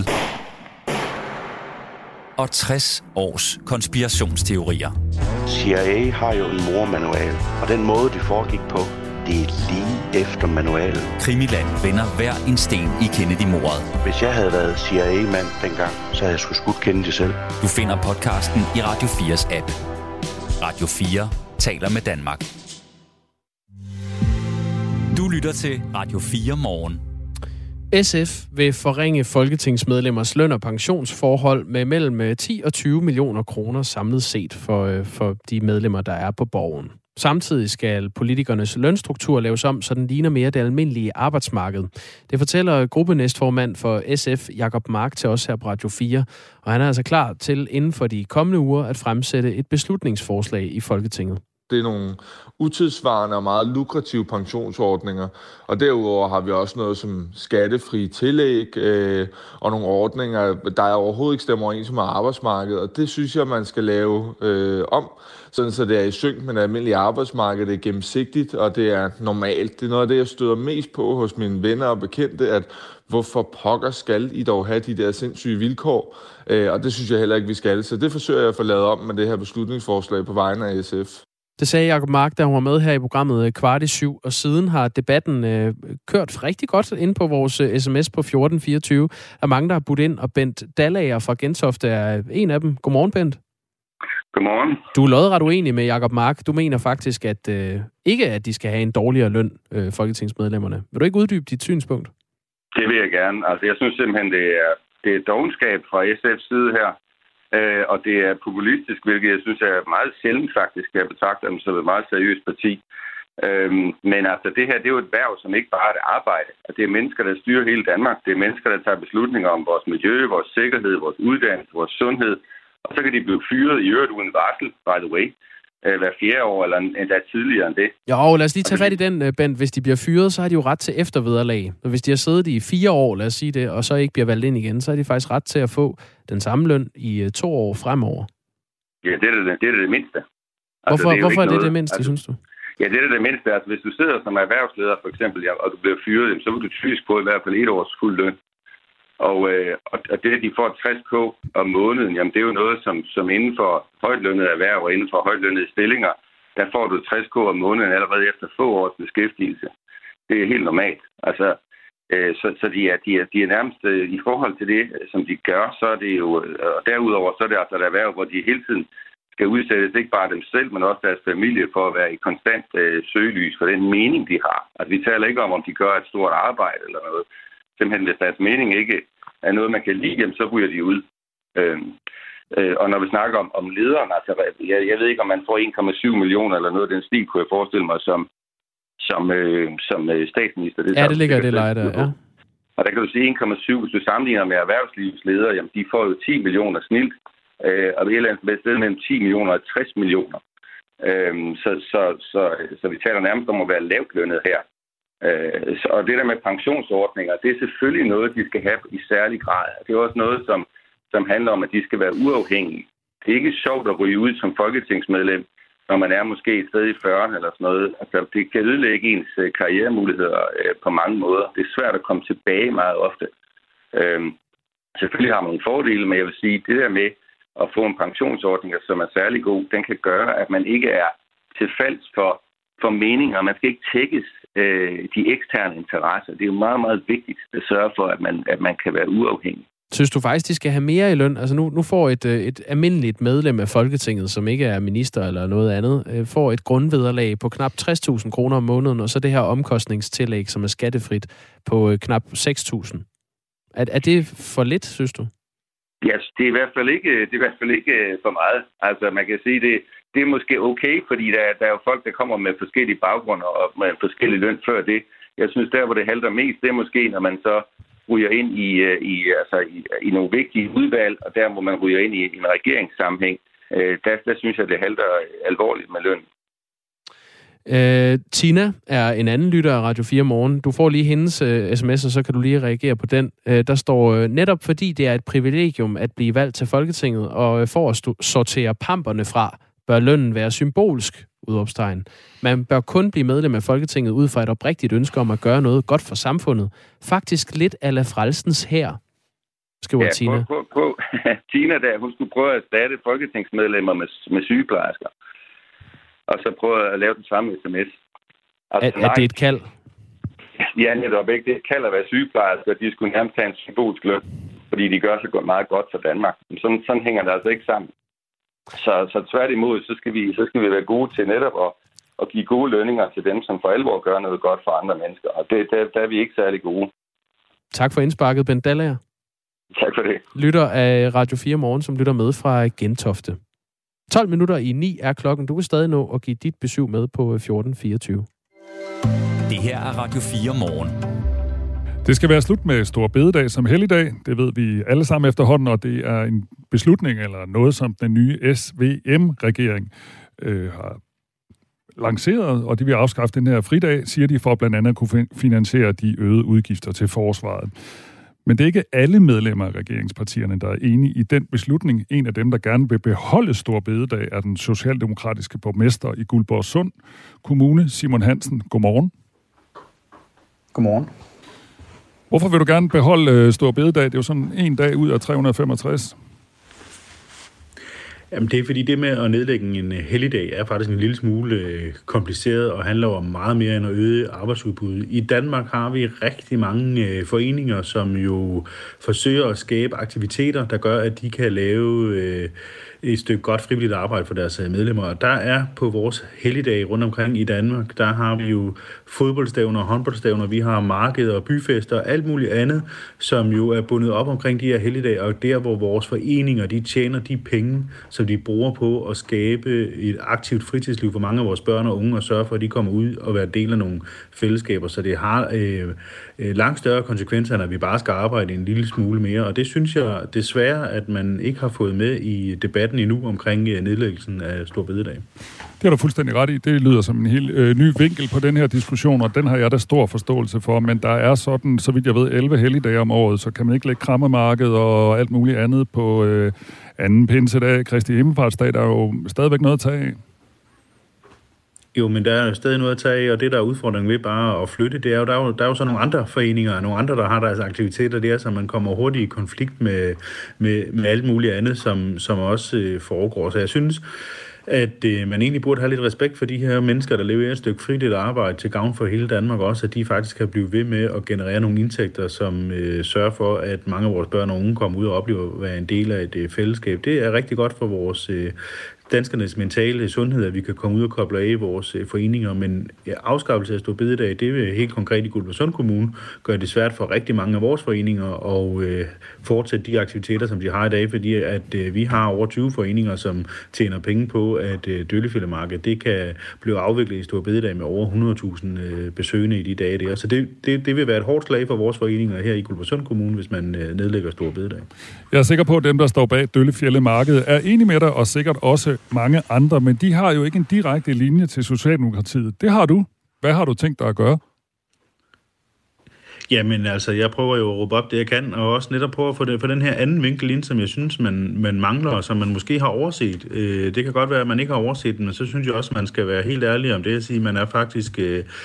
Og 60 års konspirationsteorier. CIA har jo en mormanual, og den måde, de foregik på, det er lige efter manualen. Krimiland vender hver en sten i Kennedy-mordet. Hvis jeg havde været CIA-mand dengang, så havde jeg sgu skudt Kennedy selv. Du finder podcasten i Radio 4's app. Radio 4 taler med Danmark. Du lytter til Radio 4 morgen. SF vil forringe folketingsmedlemmers løn- og pensionsforhold med mellem 10 og 20 millioner kroner samlet set for de medlemmer, der er på Borgen. Samtidig skal politikernes lønstruktur laves om, så den ligner mere det almindelige arbejdsmarked. Det fortæller gruppenæstformand for SF, Jacob Mark, til os her på Radio 4. Og han er altså klar til inden for de kommende uger at fremsætte et beslutningsforslag i Folketinget. Det er nogle utidssvarende og meget lukrative pensionsordninger, og derudover har vi også noget som skattefri tillæg og nogle ordninger, der overhovedet ikke stemmer overens med arbejdsmarkedet, og det synes jeg, man skal lave om, sådan så det er i sync med det almindelige arbejdsmarked, det er gennemsigtigt, og det er normalt. Det er noget af det, jeg støder mest på hos mine venner og bekendte, at hvorfor pokker skal I dog have de der sindssyge vilkår, og det synes jeg heller ikke, vi skal. Så det forsøger jeg at få lavet om med det her beslutningsforslag på vegne af SF. Det sagde Jacob Mark, da hun var med her i programmet 6:15, og siden har debatten kørt rigtig godt ind på vores sms på 1424. Der er mange, der har budt ind, og Bent Dallager fra Gentofte er en af dem. Godmorgen, Bent. Godmorgen. Du er lodret uenig med Jacob Mark. Du mener faktisk, at ikke at de skal have en dårligere løn, folketingsmedlemmerne. Vil du ikke uddybe dit synspunkt? Det vil jeg gerne. Altså, jeg synes simpelthen, det er dovenskab fra SF's side her. Og det er populistisk, hvilket jeg synes er meget sjældent faktisk, jeg betragter dem som et meget seriøst parti. Men altså, det her, det er jo et værv, som ikke bare er et arbejde. Det er mennesker, der styrer hele Danmark. Det er mennesker, der tager beslutninger om vores miljø, vores sikkerhed, vores uddannelse, vores sundhed. Og så kan de blive fyret i øvrigt uden varsel, by the way. hver 4 år, eller endda tidligere end det. Jo, lad os lige tage fat i den, Bent. Hvis de bliver fyret, så har de jo ret til eftervederlag. Og hvis de har siddet i 4 år, lad os sige det, og så ikke bliver valgt ind igen, så har de faktisk ret til at få den samme løn i 2 år fremover. Ja, det er det mindste. Hvorfor er det det mindste, synes du? Ja, det er det mindste. Altså, hvis du sidder som erhvervsleder, for eksempel, og du bliver fyret, så vil du typisk på i hvert fald 1 års fuld løn. Og det, at de får 60k om måneden, jamen det er jo noget, som inden for højtlønnede erhverv og inden for højtlønnede stillinger, der får du 60k om måneden allerede efter få års beskæftigelse. Det er helt normalt. Altså, så de er nærmest i forhold til det, som de gør, så er det jo, og derudover så er det altså et erhverv, hvor de hele tiden skal udsættes ikke bare dem selv, men også deres familie for at være i konstant søgelys for den mening, de har. Altså, vi taler ikke om de gør et stort arbejde eller noget. Simpelthen, hvis deres mening ikke er noget, man kan lide, jamen, så ryger de ud. Og når vi snakker om lederen, altså, jeg ved ikke, om man får 1,7 millioner eller noget af den stil, kunne jeg forestille mig, som statsminister. Det ligger i det leje der, ja. Og der kan du sige 1,7, hvis du sammenligner med erhvervslivsledere, jamen, de får jo 10 millioner snilt, og det er et eller andet sted mellem 10 millioner og 60 millioner. Så vi taler nærmest om at være lavtlønnet her. Og det der med pensionsordninger, det er selvfølgelig noget, de skal have i særlig grad. Det er også noget, som handler om, at de skal være uafhængige. Det er ikke sjovt at ryge ud som folketingsmedlem, når man er måske et sted i 40'erne eller sådan noget. Altså, det kan ødelægge ens karrieremuligheder på mange måder. Det er svært at komme tilbage meget ofte. Selvfølgelig har man nogle fordele, men jeg vil sige, det der med at få en pensionsordning, som er særlig god, den kan gøre, at man ikke er til falds for meninger. Man skal ikke tækkes de eksterne interesser. Det er jo meget, meget vigtigt at sørge for, at man kan være uafhængig. Synes du faktisk, de skal have mere i løn? Altså nu får et almindeligt medlem af Folketinget, som ikke er minister eller noget andet, får et grundvederlag på knap 60.000 kroner om måneden, og så det her omkostningstillæg, som er skattefrit på knap 6.000. Er det for lidt, synes du? Ja, det er i hvert fald ikke for meget. Altså man kan sige, det er måske okay, fordi der er jo folk, der kommer med forskellige baggrunde og med forskellige løn før det. Jeg synes, der hvor det halter mest, det er måske, når man så ryger ind i nogle vigtige udvalg, og der hvor man ryger ind i en regeringssammenhæng, der synes jeg, det halter alvorligt med løn. Tina er en anden lytter af Radio 4 Morgen. Du får lige hendes sms, og så kan du lige reagere på den. Der står, netop fordi det er et privilegium at blive valgt til Folketinget, og for at sortere pamperne fra, bør lønnen være symbolsk, udråbstegn. Man bør kun blive medlem af Folketinget ud fra et oprigtigt ønske om at gøre noget godt for samfundet. Faktisk lidt a la Frelsens Hær, skriver Tina. Tina der, hun skulle prøve at erstatte folketingsmedlemmer med sygeplejersker. Og så prøve at lave den samme sms. Altså, er det et kald? Ja, netop ikke. Det er et kald at være sygeplejersker. De skulle nærmest have en symbolsk løn, fordi de gør så meget godt for Danmark. Sådan hænger det altså ikke sammen. Så tværtimod, så skal vi være gode til netop at give gode lønninger til dem, som for alvor gør noget godt for andre mennesker. Og der er vi ikke særlig gode. Tak for indsparket, Bent Dallager. Tak for det. Lytter af Radio 4 Morgen, som lytter med fra Gentofte. 12 minutter i 9 er klokken. Du kan stadig nå at give dit besøg med på 1424. Det her er Radio 4 Morgen. Det skal være slut med Store Bededag som helligdag. Det ved vi alle sammen efterhånden, og det er en beslutning eller noget, som den nye SVM-regering har lanceret, og de vil afskaffe den her fridag, siger de, for blandt andet at kunne finansiere de øgede udgifter til forsvaret. Men det er ikke alle medlemmer af regeringspartierne, der er enige i den beslutning. En af dem, der gerne vil beholde Store Bededag, er den socialdemokratiske borgmester i Guldborgsund Kommune, Simon Hansen. Godmorgen. Godmorgen. Hvorfor vil du gerne beholde Store Bededag? Det er jo sådan en dag ud af 365. Jamen det er fordi det med at nedlægge en helligdag er faktisk en lille smule kompliceret og handler om meget mere end at øge arbejdsudbuddet. I Danmark har vi rigtig mange foreninger, som jo forsøger at skabe aktiviteter, der gør, at de kan lave et stykke godt frivilligt arbejde for deres medlemmer. Og der er på vores helligdage rundt omkring i Danmark, der har vi jo fodboldstævner, håndboldstævner, vi har markeder og byfester og alt muligt andet, som jo er bundet op omkring de her helligdage, og der hvor vores foreninger, de tjener de penge, som de bruger på at skabe et aktivt fritidsliv for mange af vores børn og unge, og sørge for, at de kommer ud og være del af nogle fællesskaber. Så det har langt større konsekvenser, end at vi bare skal arbejde en lille smule mere. Og det synes jeg desværre, at man ikke har fået med i debatten debatten endnu omkring nedlæggelsen af Store Bededag. Det er du fuldstændig ret i. Det lyder som en helt ny vinkel på den her diskussion, og den har jeg da stor forståelse for, men der er sådan, så vidt jeg ved, 11 helligdage om året, så kan man ikke lægge krammermarked og alt muligt andet på anden pinsedag, Kristi Himmelfartsdag, der er jo stadigvæk noget at tage af. Jo, men der er stadig noget at tage af, og det, der er udfordringen ved bare at flytte, det er jo, der er jo så nogle andre foreninger, nogle andre, der har deres aktiviteter der, så man kommer hurtigt i konflikt med alt muligt andet, som også foregår. Så jeg synes, at man egentlig burde have lidt respekt for de her mennesker, der lever et stykke frivilligt arbejde til gavn for hele Danmark også, at de faktisk kan blive ved med at generere nogle indtægter, som sørger for, at mange af vores børn og unge kommer ud og oplever at være en del af et fællesskab. Det er rigtig godt for vores danskernes mentale sundhed, at vi kan komme ud og koble af vores foreninger, men afskaffelse af Store Bededag, det vil helt konkret i Guldborgsund Kommune gøre det svært for rigtig mange af vores foreninger at fortsætte de aktiviteter, som de har i dag, fordi at vi har over 20 foreninger, som tjener penge på, at døllefældemarkedet, det kan blive afviklet i Store Bededag med over 100.000 besøgende i de dage der. Så det vil være et hårdt slag for vores foreninger her i Guldborgsund Kommune, hvis man nedlægger Store Bededag. Jeg er sikker på, at dem, der står bag Døllefjellemarkedet, er enige med dig, og sikkert også mange andre, men de har jo ikke en direkte linje til Socialdemokratiet. Det har du. Hvad har du tænkt dig at gøre? Jamen altså, jeg prøver jo at råbe op det, jeg kan, og også netop prøve at få den her anden vinkel ind, som jeg synes, man mangler, og som man måske har overset. Det kan godt være, at man ikke har overset den, men så synes jeg også, at man skal være helt ærlig om det at sige, at man er faktisk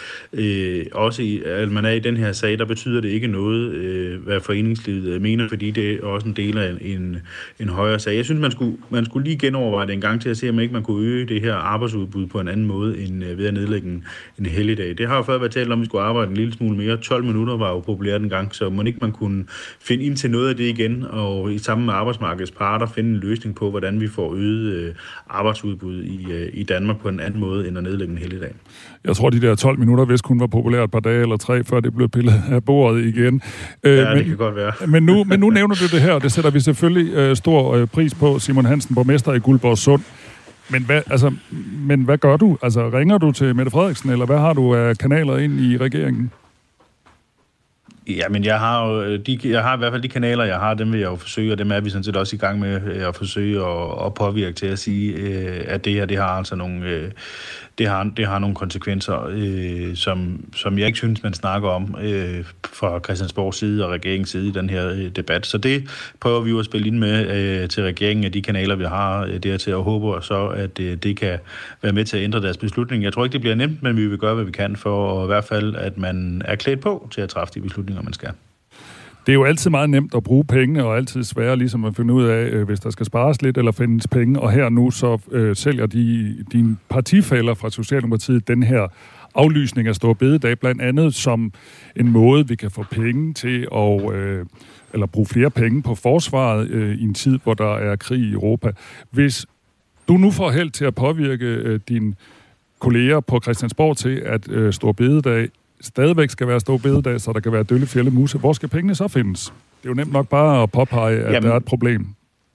også at man er i den her sag, der betyder det ikke noget, hvad foreningslivet mener, fordi det er også en del af en højere sag. Jeg synes, man skulle lige genoverveje det en gang til at se, om ikke man kunne øge det her arbejdsudbud på en anden måde, end ved at nedlægge en helligdag. Det har jo før været talt om, at vi skulle arbejde en lille smule mere. 12 minutter var jo populært en gang, så må ikke man kunne finde ind til noget af det igen, og i sammen med arbejdsmarkedets parter finde en løsning på, hvordan vi får øget arbejdsudbud i Danmark på en anden måde, end at nedlægge en helligdag. Jeg tror, de der 12 minutter vist kun var populært et par dage eller 3, før det blev pillet af bordet igen. Det kan godt være. men nu nævner du det her, og det sætter vi selvfølgelig stor pris på. Simon Hansen, borgmester i Guldborgsund. Men hvad gør du? Altså, ringer du til Mette Frederiksen, eller hvad har du af kanaler ind i regeringen? Ja, men jeg har i hvert fald de kanaler, jeg har, dem vil jeg jo forsøge, og dem er vi sådan set også i gang med at forsøge at påvirke til at sige, at det her, det har altså nogle, det har nogle konsekvenser, som jeg ikke synes, man snakker om fra Christiansborgs side og regeringens side i den her debat. Så det prøver vi jo at spille ind med til regeringen af de kanaler, vi har dertil, og håber så, at det kan være med til at ændre deres beslutning. Jeg tror ikke, det bliver nemt, men vi vil gøre, hvad vi kan for i hvert fald, at man er klædt på til at træffe de beslutninger, man skal. Det er jo altid meget nemt at bruge pengene, og altid svære ligesom at finde ud af, hvis der skal spares lidt eller findes penge. Og her nu så sælger dine partifæller fra Socialdemokratiet den her aflysning af Store Bededag, blandt andet som en måde, vi kan få penge til at eller bruge flere penge på forsvaret i en tid, hvor der er krig i Europa. Hvis du nu får held til at påvirke dine kolleger på Christiansborg til, at Store Bededag stadigvæk skal være Store Bededag, så der kan være Døllefjelde Muse. Hvor skal pengene så findes? Det er jo nemt nok bare at påpege, at der er et problem.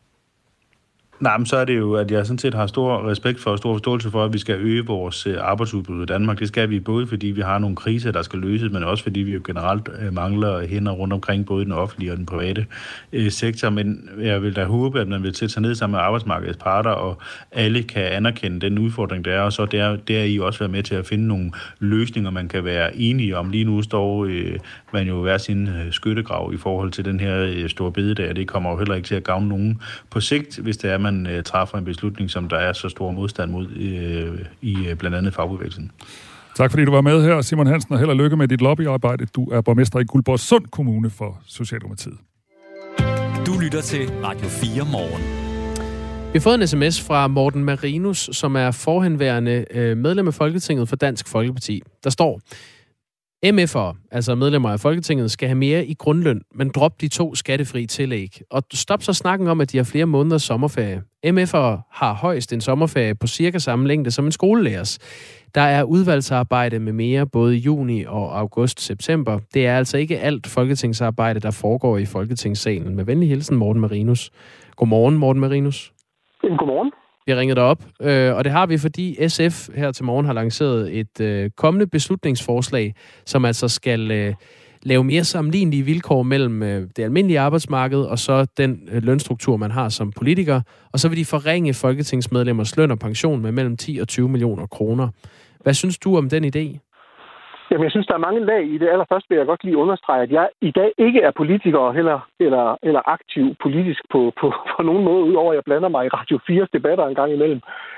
Nej, men så er det jo, at jeg sådan set har stor respekt for og stor forståelse for, at vi skal øge vores arbejdsudbud i Danmark. Det skal vi både, fordi vi har nogle kriser, der skal løses, men også fordi vi jo generelt mangler hænder rundt omkring både den offentlige og den private sektor. Men jeg vil da håbe, at man vil sætte sig ned sammen med arbejdsmarkedets parter, og alle kan anerkende den udfordring, der er, og så der I også være med til at finde nogle løsninger, man kan være enige om. Lige nu står man jo hver sin skyttegrav i forhold til den her Store Bededag, og det kommer jo heller ikke til at gavne nogen på sigt, hvis det er, man træffer en beslutning, som der er så stor modstand mod i blandt andet fagbevægelsen. Tak fordi du var med her, Simon Hansen, og held og lykke med dit lobbyarbejde. Du er borgmester i Guldborgsund Kommune for Socialdemokratiet. Du lytter til Radio 4 Morgen. Vi har fået en sms fra Morten Marinus, som er forhenværende medlem af Folketinget for Dansk Folkeparti. Der står: MF'er, altså medlemmer af Folketinget, skal have mere i grundløn, men drop de 2 skattefri tillæg. Og stop så snakken om, at de har flere måneders sommerferie. MF'er har højst en sommerferie på cirka samme længde som en skolelærers. Der er udvalgsarbejde med mere både i juni og august-september. Det er altså ikke alt folketingsarbejde, der foregår i Folketingssalen. Med venlig hilsen, Morten Marinus. Godmorgen, Morten Marinus. Godmorgen. Vi ringer dig op, og det har vi, fordi SF her til morgen har lanceret et kommende beslutningsforslag, som altså skal lave mere sammenlignelige vilkår mellem det almindelige arbejdsmarked og så den lønstruktur, man har som politiker. Og så vil de forringe folketingsmedlemmers løn og pension med mellem 10 og 20 millioner kroner. Hvad synes du om den idé? Jamen, jeg synes, der er mange lag i det. Allerførst vil jeg godt lige understrege, at jeg i dag ikke er politiker eller aktiv politisk på nogen måde, udover at jeg blander mig i Radio 4's debatter en gang imellem.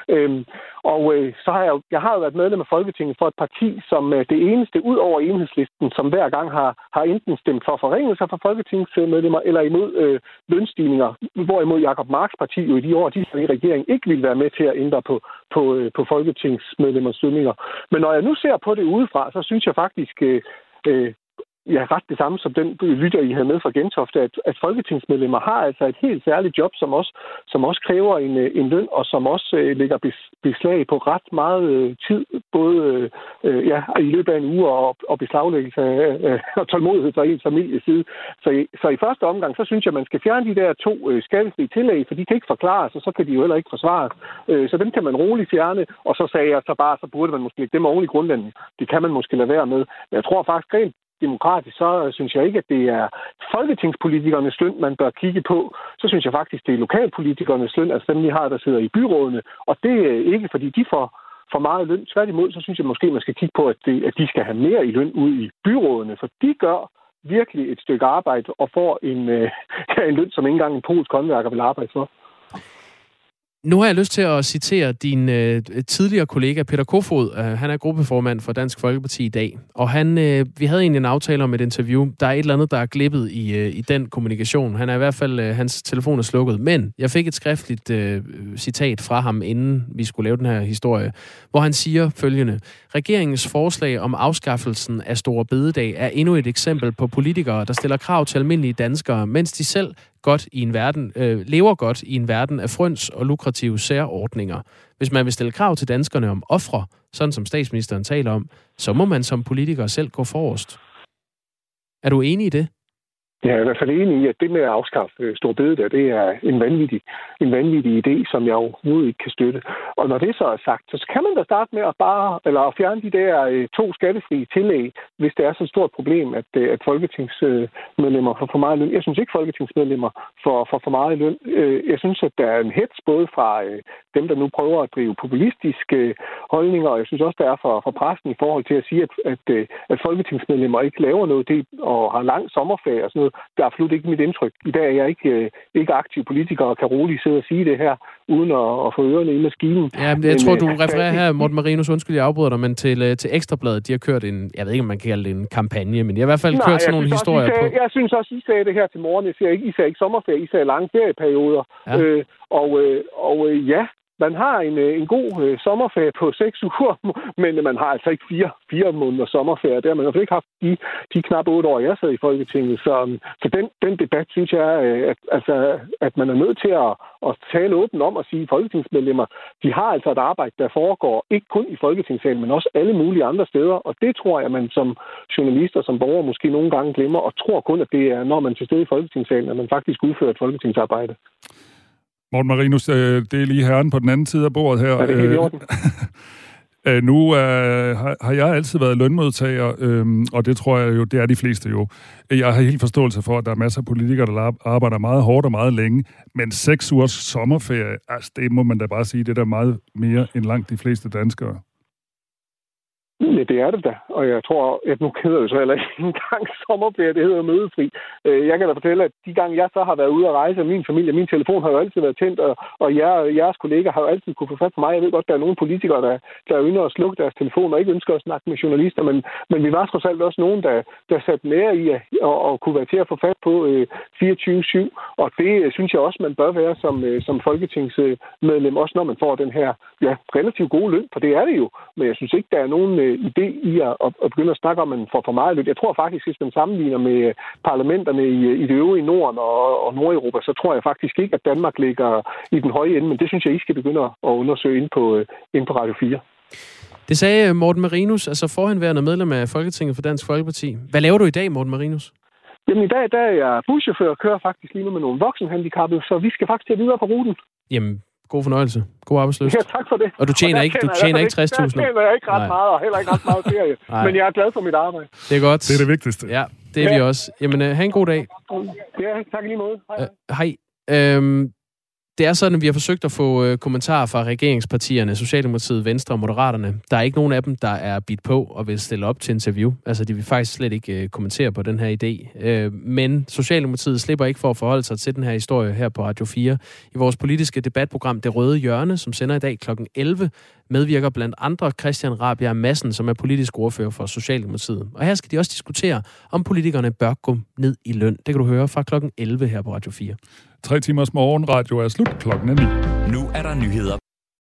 Så har jeg har jo været medlem af Folketinget for et parti, som det eneste ud over Enhedslisten, som hver gang har enten stemt for forringelser for folketingsmedlemmer eller imod lønstigninger, hvorimod Jacob Marks parti jo i de år, de i regeringen ikke ville være med til at ændre på folketingsmedlemmers lønninger. Men når jeg nu ser på det udefra, så synes jeg faktisk, ret det samme som den lytter, I havde med fra Gentofte, at folketingsmedlemmer har altså et helt særligt job, som også kræver en løn, og som også lægger beslag på ret meget tid, både i løbet af en uge og beslaglæggelse og tålmodighed fra ens families side. Så i første omgang, så synes jeg, at man skal fjerne de der 2 skattefri tillæg, for de kan ikke forklares, og så kan de jo heller ikke forsvares. Så dem kan man roligt fjerne, og så sagde jeg så burde man måske lægge dem oven i grundvandet. Det kan man måske lade være med. Men jeg tror faktisk rent demokratisk, så synes jeg ikke, at det er folketingspolitikernes løn, man bør kigge på. Så synes jeg faktisk, det er lokalpolitikernes løn, altså dem, vi har, der sidder i byrådene. Og det er ikke, fordi de får for meget løn. Tværtimod, så synes jeg måske, man skal kigge på, at de skal have mere i løn ud i byrådene, for de gør virkelig et stykke arbejde og får en løn, som ikke engang en polsk håndværker vil arbejde for. Nu har jeg lyst til at citere din tidligere kollega Peter Kofod. Han er gruppeformand for Dansk Folkeparti i dag. Og vi havde egentlig en aftale om et interview. Der er et eller andet, der er glippet i den kommunikation. Han er i hvert fald, hans telefon er slukket. Men jeg fik et skriftligt citat fra ham, inden vi skulle lave den her historie, hvor han siger følgende: Regeringens forslag om afskaffelsen af Store Bededag er endnu et eksempel på politikere, der stiller krav til almindelige danskere, mens de selv lever godt i en verden af fryns og lukrative særordninger. Hvis man vil stille krav til danskerne om ofre, sådan som statsministeren taler om, så må man som politiker selv gå forrest. Er du enig i det? Jeg er i hvert fald enig i, at det med at afskaffe Store Bededag, det er en vanvittig idé, som jeg overhovedet ikke kan støtte. Og når det så er sagt, så kan man da starte med at fjerne de der 2 skattefrie tillæg, hvis det er så et stort problem, at folketingsmedlemmer får for meget løn. Jeg synes ikke, folketingsmedlemmer får for meget løn. Jeg synes, at der er en hets både fra dem, der nu prøver at drive populistiske holdninger, og jeg synes også, der er for pressen i forhold til at sige, at folketingsmedlemmer ikke laver noget og har lang sommerferie og sådan noget. Det er absolut ikke mit indtryk. I dag er jeg ikke aktiv politiker og kan roligt sidde og sige det her, uden at få ørerne i maskinen. Ja, jeg tror, du refererer her, Morten Marinus, undskyld, jeg afbryder dig, men til Ekstrabladet, de har kørt jeg ved ikke, om man kan kalde det en kampagne, men de har i hvert fald kørt sådan nogle historier på. Jeg synes også, I sagde det her til morgen. I sagde ikke sommerferie, I sagde lange ferieperioder. Ja. Man har en god sommerferie på 6 uger, men man har altså ikke 4 måneder sommerferie. Der har man i hvert fald ikke haft de knap 8 år, jeg sad i Folketinget. Så den debat, synes jeg, at man er nødt til at tale åbent om og sige, at folketingsmedlemmer, de har altså et arbejde, der foregår ikke kun i Folketingssalen, men også alle mulige andre steder. Og det tror jeg, man som journalist og som borger måske nogle gange glemmer, og tror kun, at det er, når man er til stede i Folketingssalen, at man faktisk udfører et folketingsarbejde. Morten Marinus, det er lige herren på den anden side af bordet her. Er det helt i orden? Nu har jeg altid været lønmodtager, og det tror jeg jo, det er de fleste jo. Jeg har helt forståelse for, at der er masser af politikere, der arbejder meget hårdt og meget længe, men 6 ugers sommerferie, altså det må man da bare sige, det er da meget mere end langt de fleste danskere. Ja, det er det da. Og jeg tror, at nu hedder det så heller ikke engang sommerferie, det hedder mødefri. Jeg kan da fortælle, at de gange jeg så har været ude at rejse, og min familie, min telefon har jo altid været tændt, og jeres kolleger har jo altid kunne få fat på mig. Jeg ved godt, der er nogle politikere, der er inde og slukke deres telefon og ikke ønsker at snakke med journalister, men vi var trods alt også nogen, der satte mere i at kunne være til at få fat på 24/7. Og det synes jeg også, man bør være som folketingsmedlem, også når man får den her relativt gode løn, for det er det jo. Men jeg synes ikke, der er nogen idé i at begynde at snakke om, at man får for meget løn. Jeg tror faktisk, hvis man sammenligner med parlamenterne i det øvrige Norden og Nordeuropa, så tror jeg faktisk ikke, at Danmark ligger i den høje ende, men det synes jeg, I skal begynde at undersøge ind på Radio 4. Det sagde Morten Marinus, altså forhenværende medlem af Folketinget for Dansk Folkeparti. Hvad laver du i dag, Morten Marinus? Jamen i dag der er jeg buschauffør og kører faktisk lige nu med nogle voksenhandicappede, så vi skal faktisk videre på ruten. Jamen, god fornøjelse. God arbejdsløst. Ja, tak for det. Og du tjener ikke 60.000. Der tjener jeg ikke ret meget, og heller ikke ret meget ferie. Men jeg er glad for mit arbejde. Det er godt. Det er det vigtigste. Ja. Det er vi også. Jamen, have en god dag. Ja, tak lige måde. Hej. Det er sådan, at vi har forsøgt at få kommentarer fra regeringspartierne, Socialdemokratiet, Venstre og Moderaterne. Der er ikke nogen af dem, der er bidt på og vil stille op til interview. Altså, de vil faktisk slet ikke kommentere på den her idé. Men Socialdemokratiet slipper ikke for at forholde sig til den her historie her på Radio 4. I vores politiske debatprogram Det Røde Hjørne, som sender i dag kl. 11, medvirker blandt andre Christian Rabjerg Madsen, som er politisk ordfører for Socialdemokratiet. Og her skal de også diskutere, om politikerne bør gå ned i løn. Det kan du høre fra kl. 11 her på Radio 4. 3 timers morgenradio er slut. Klokken er 9. Nu er der nyheder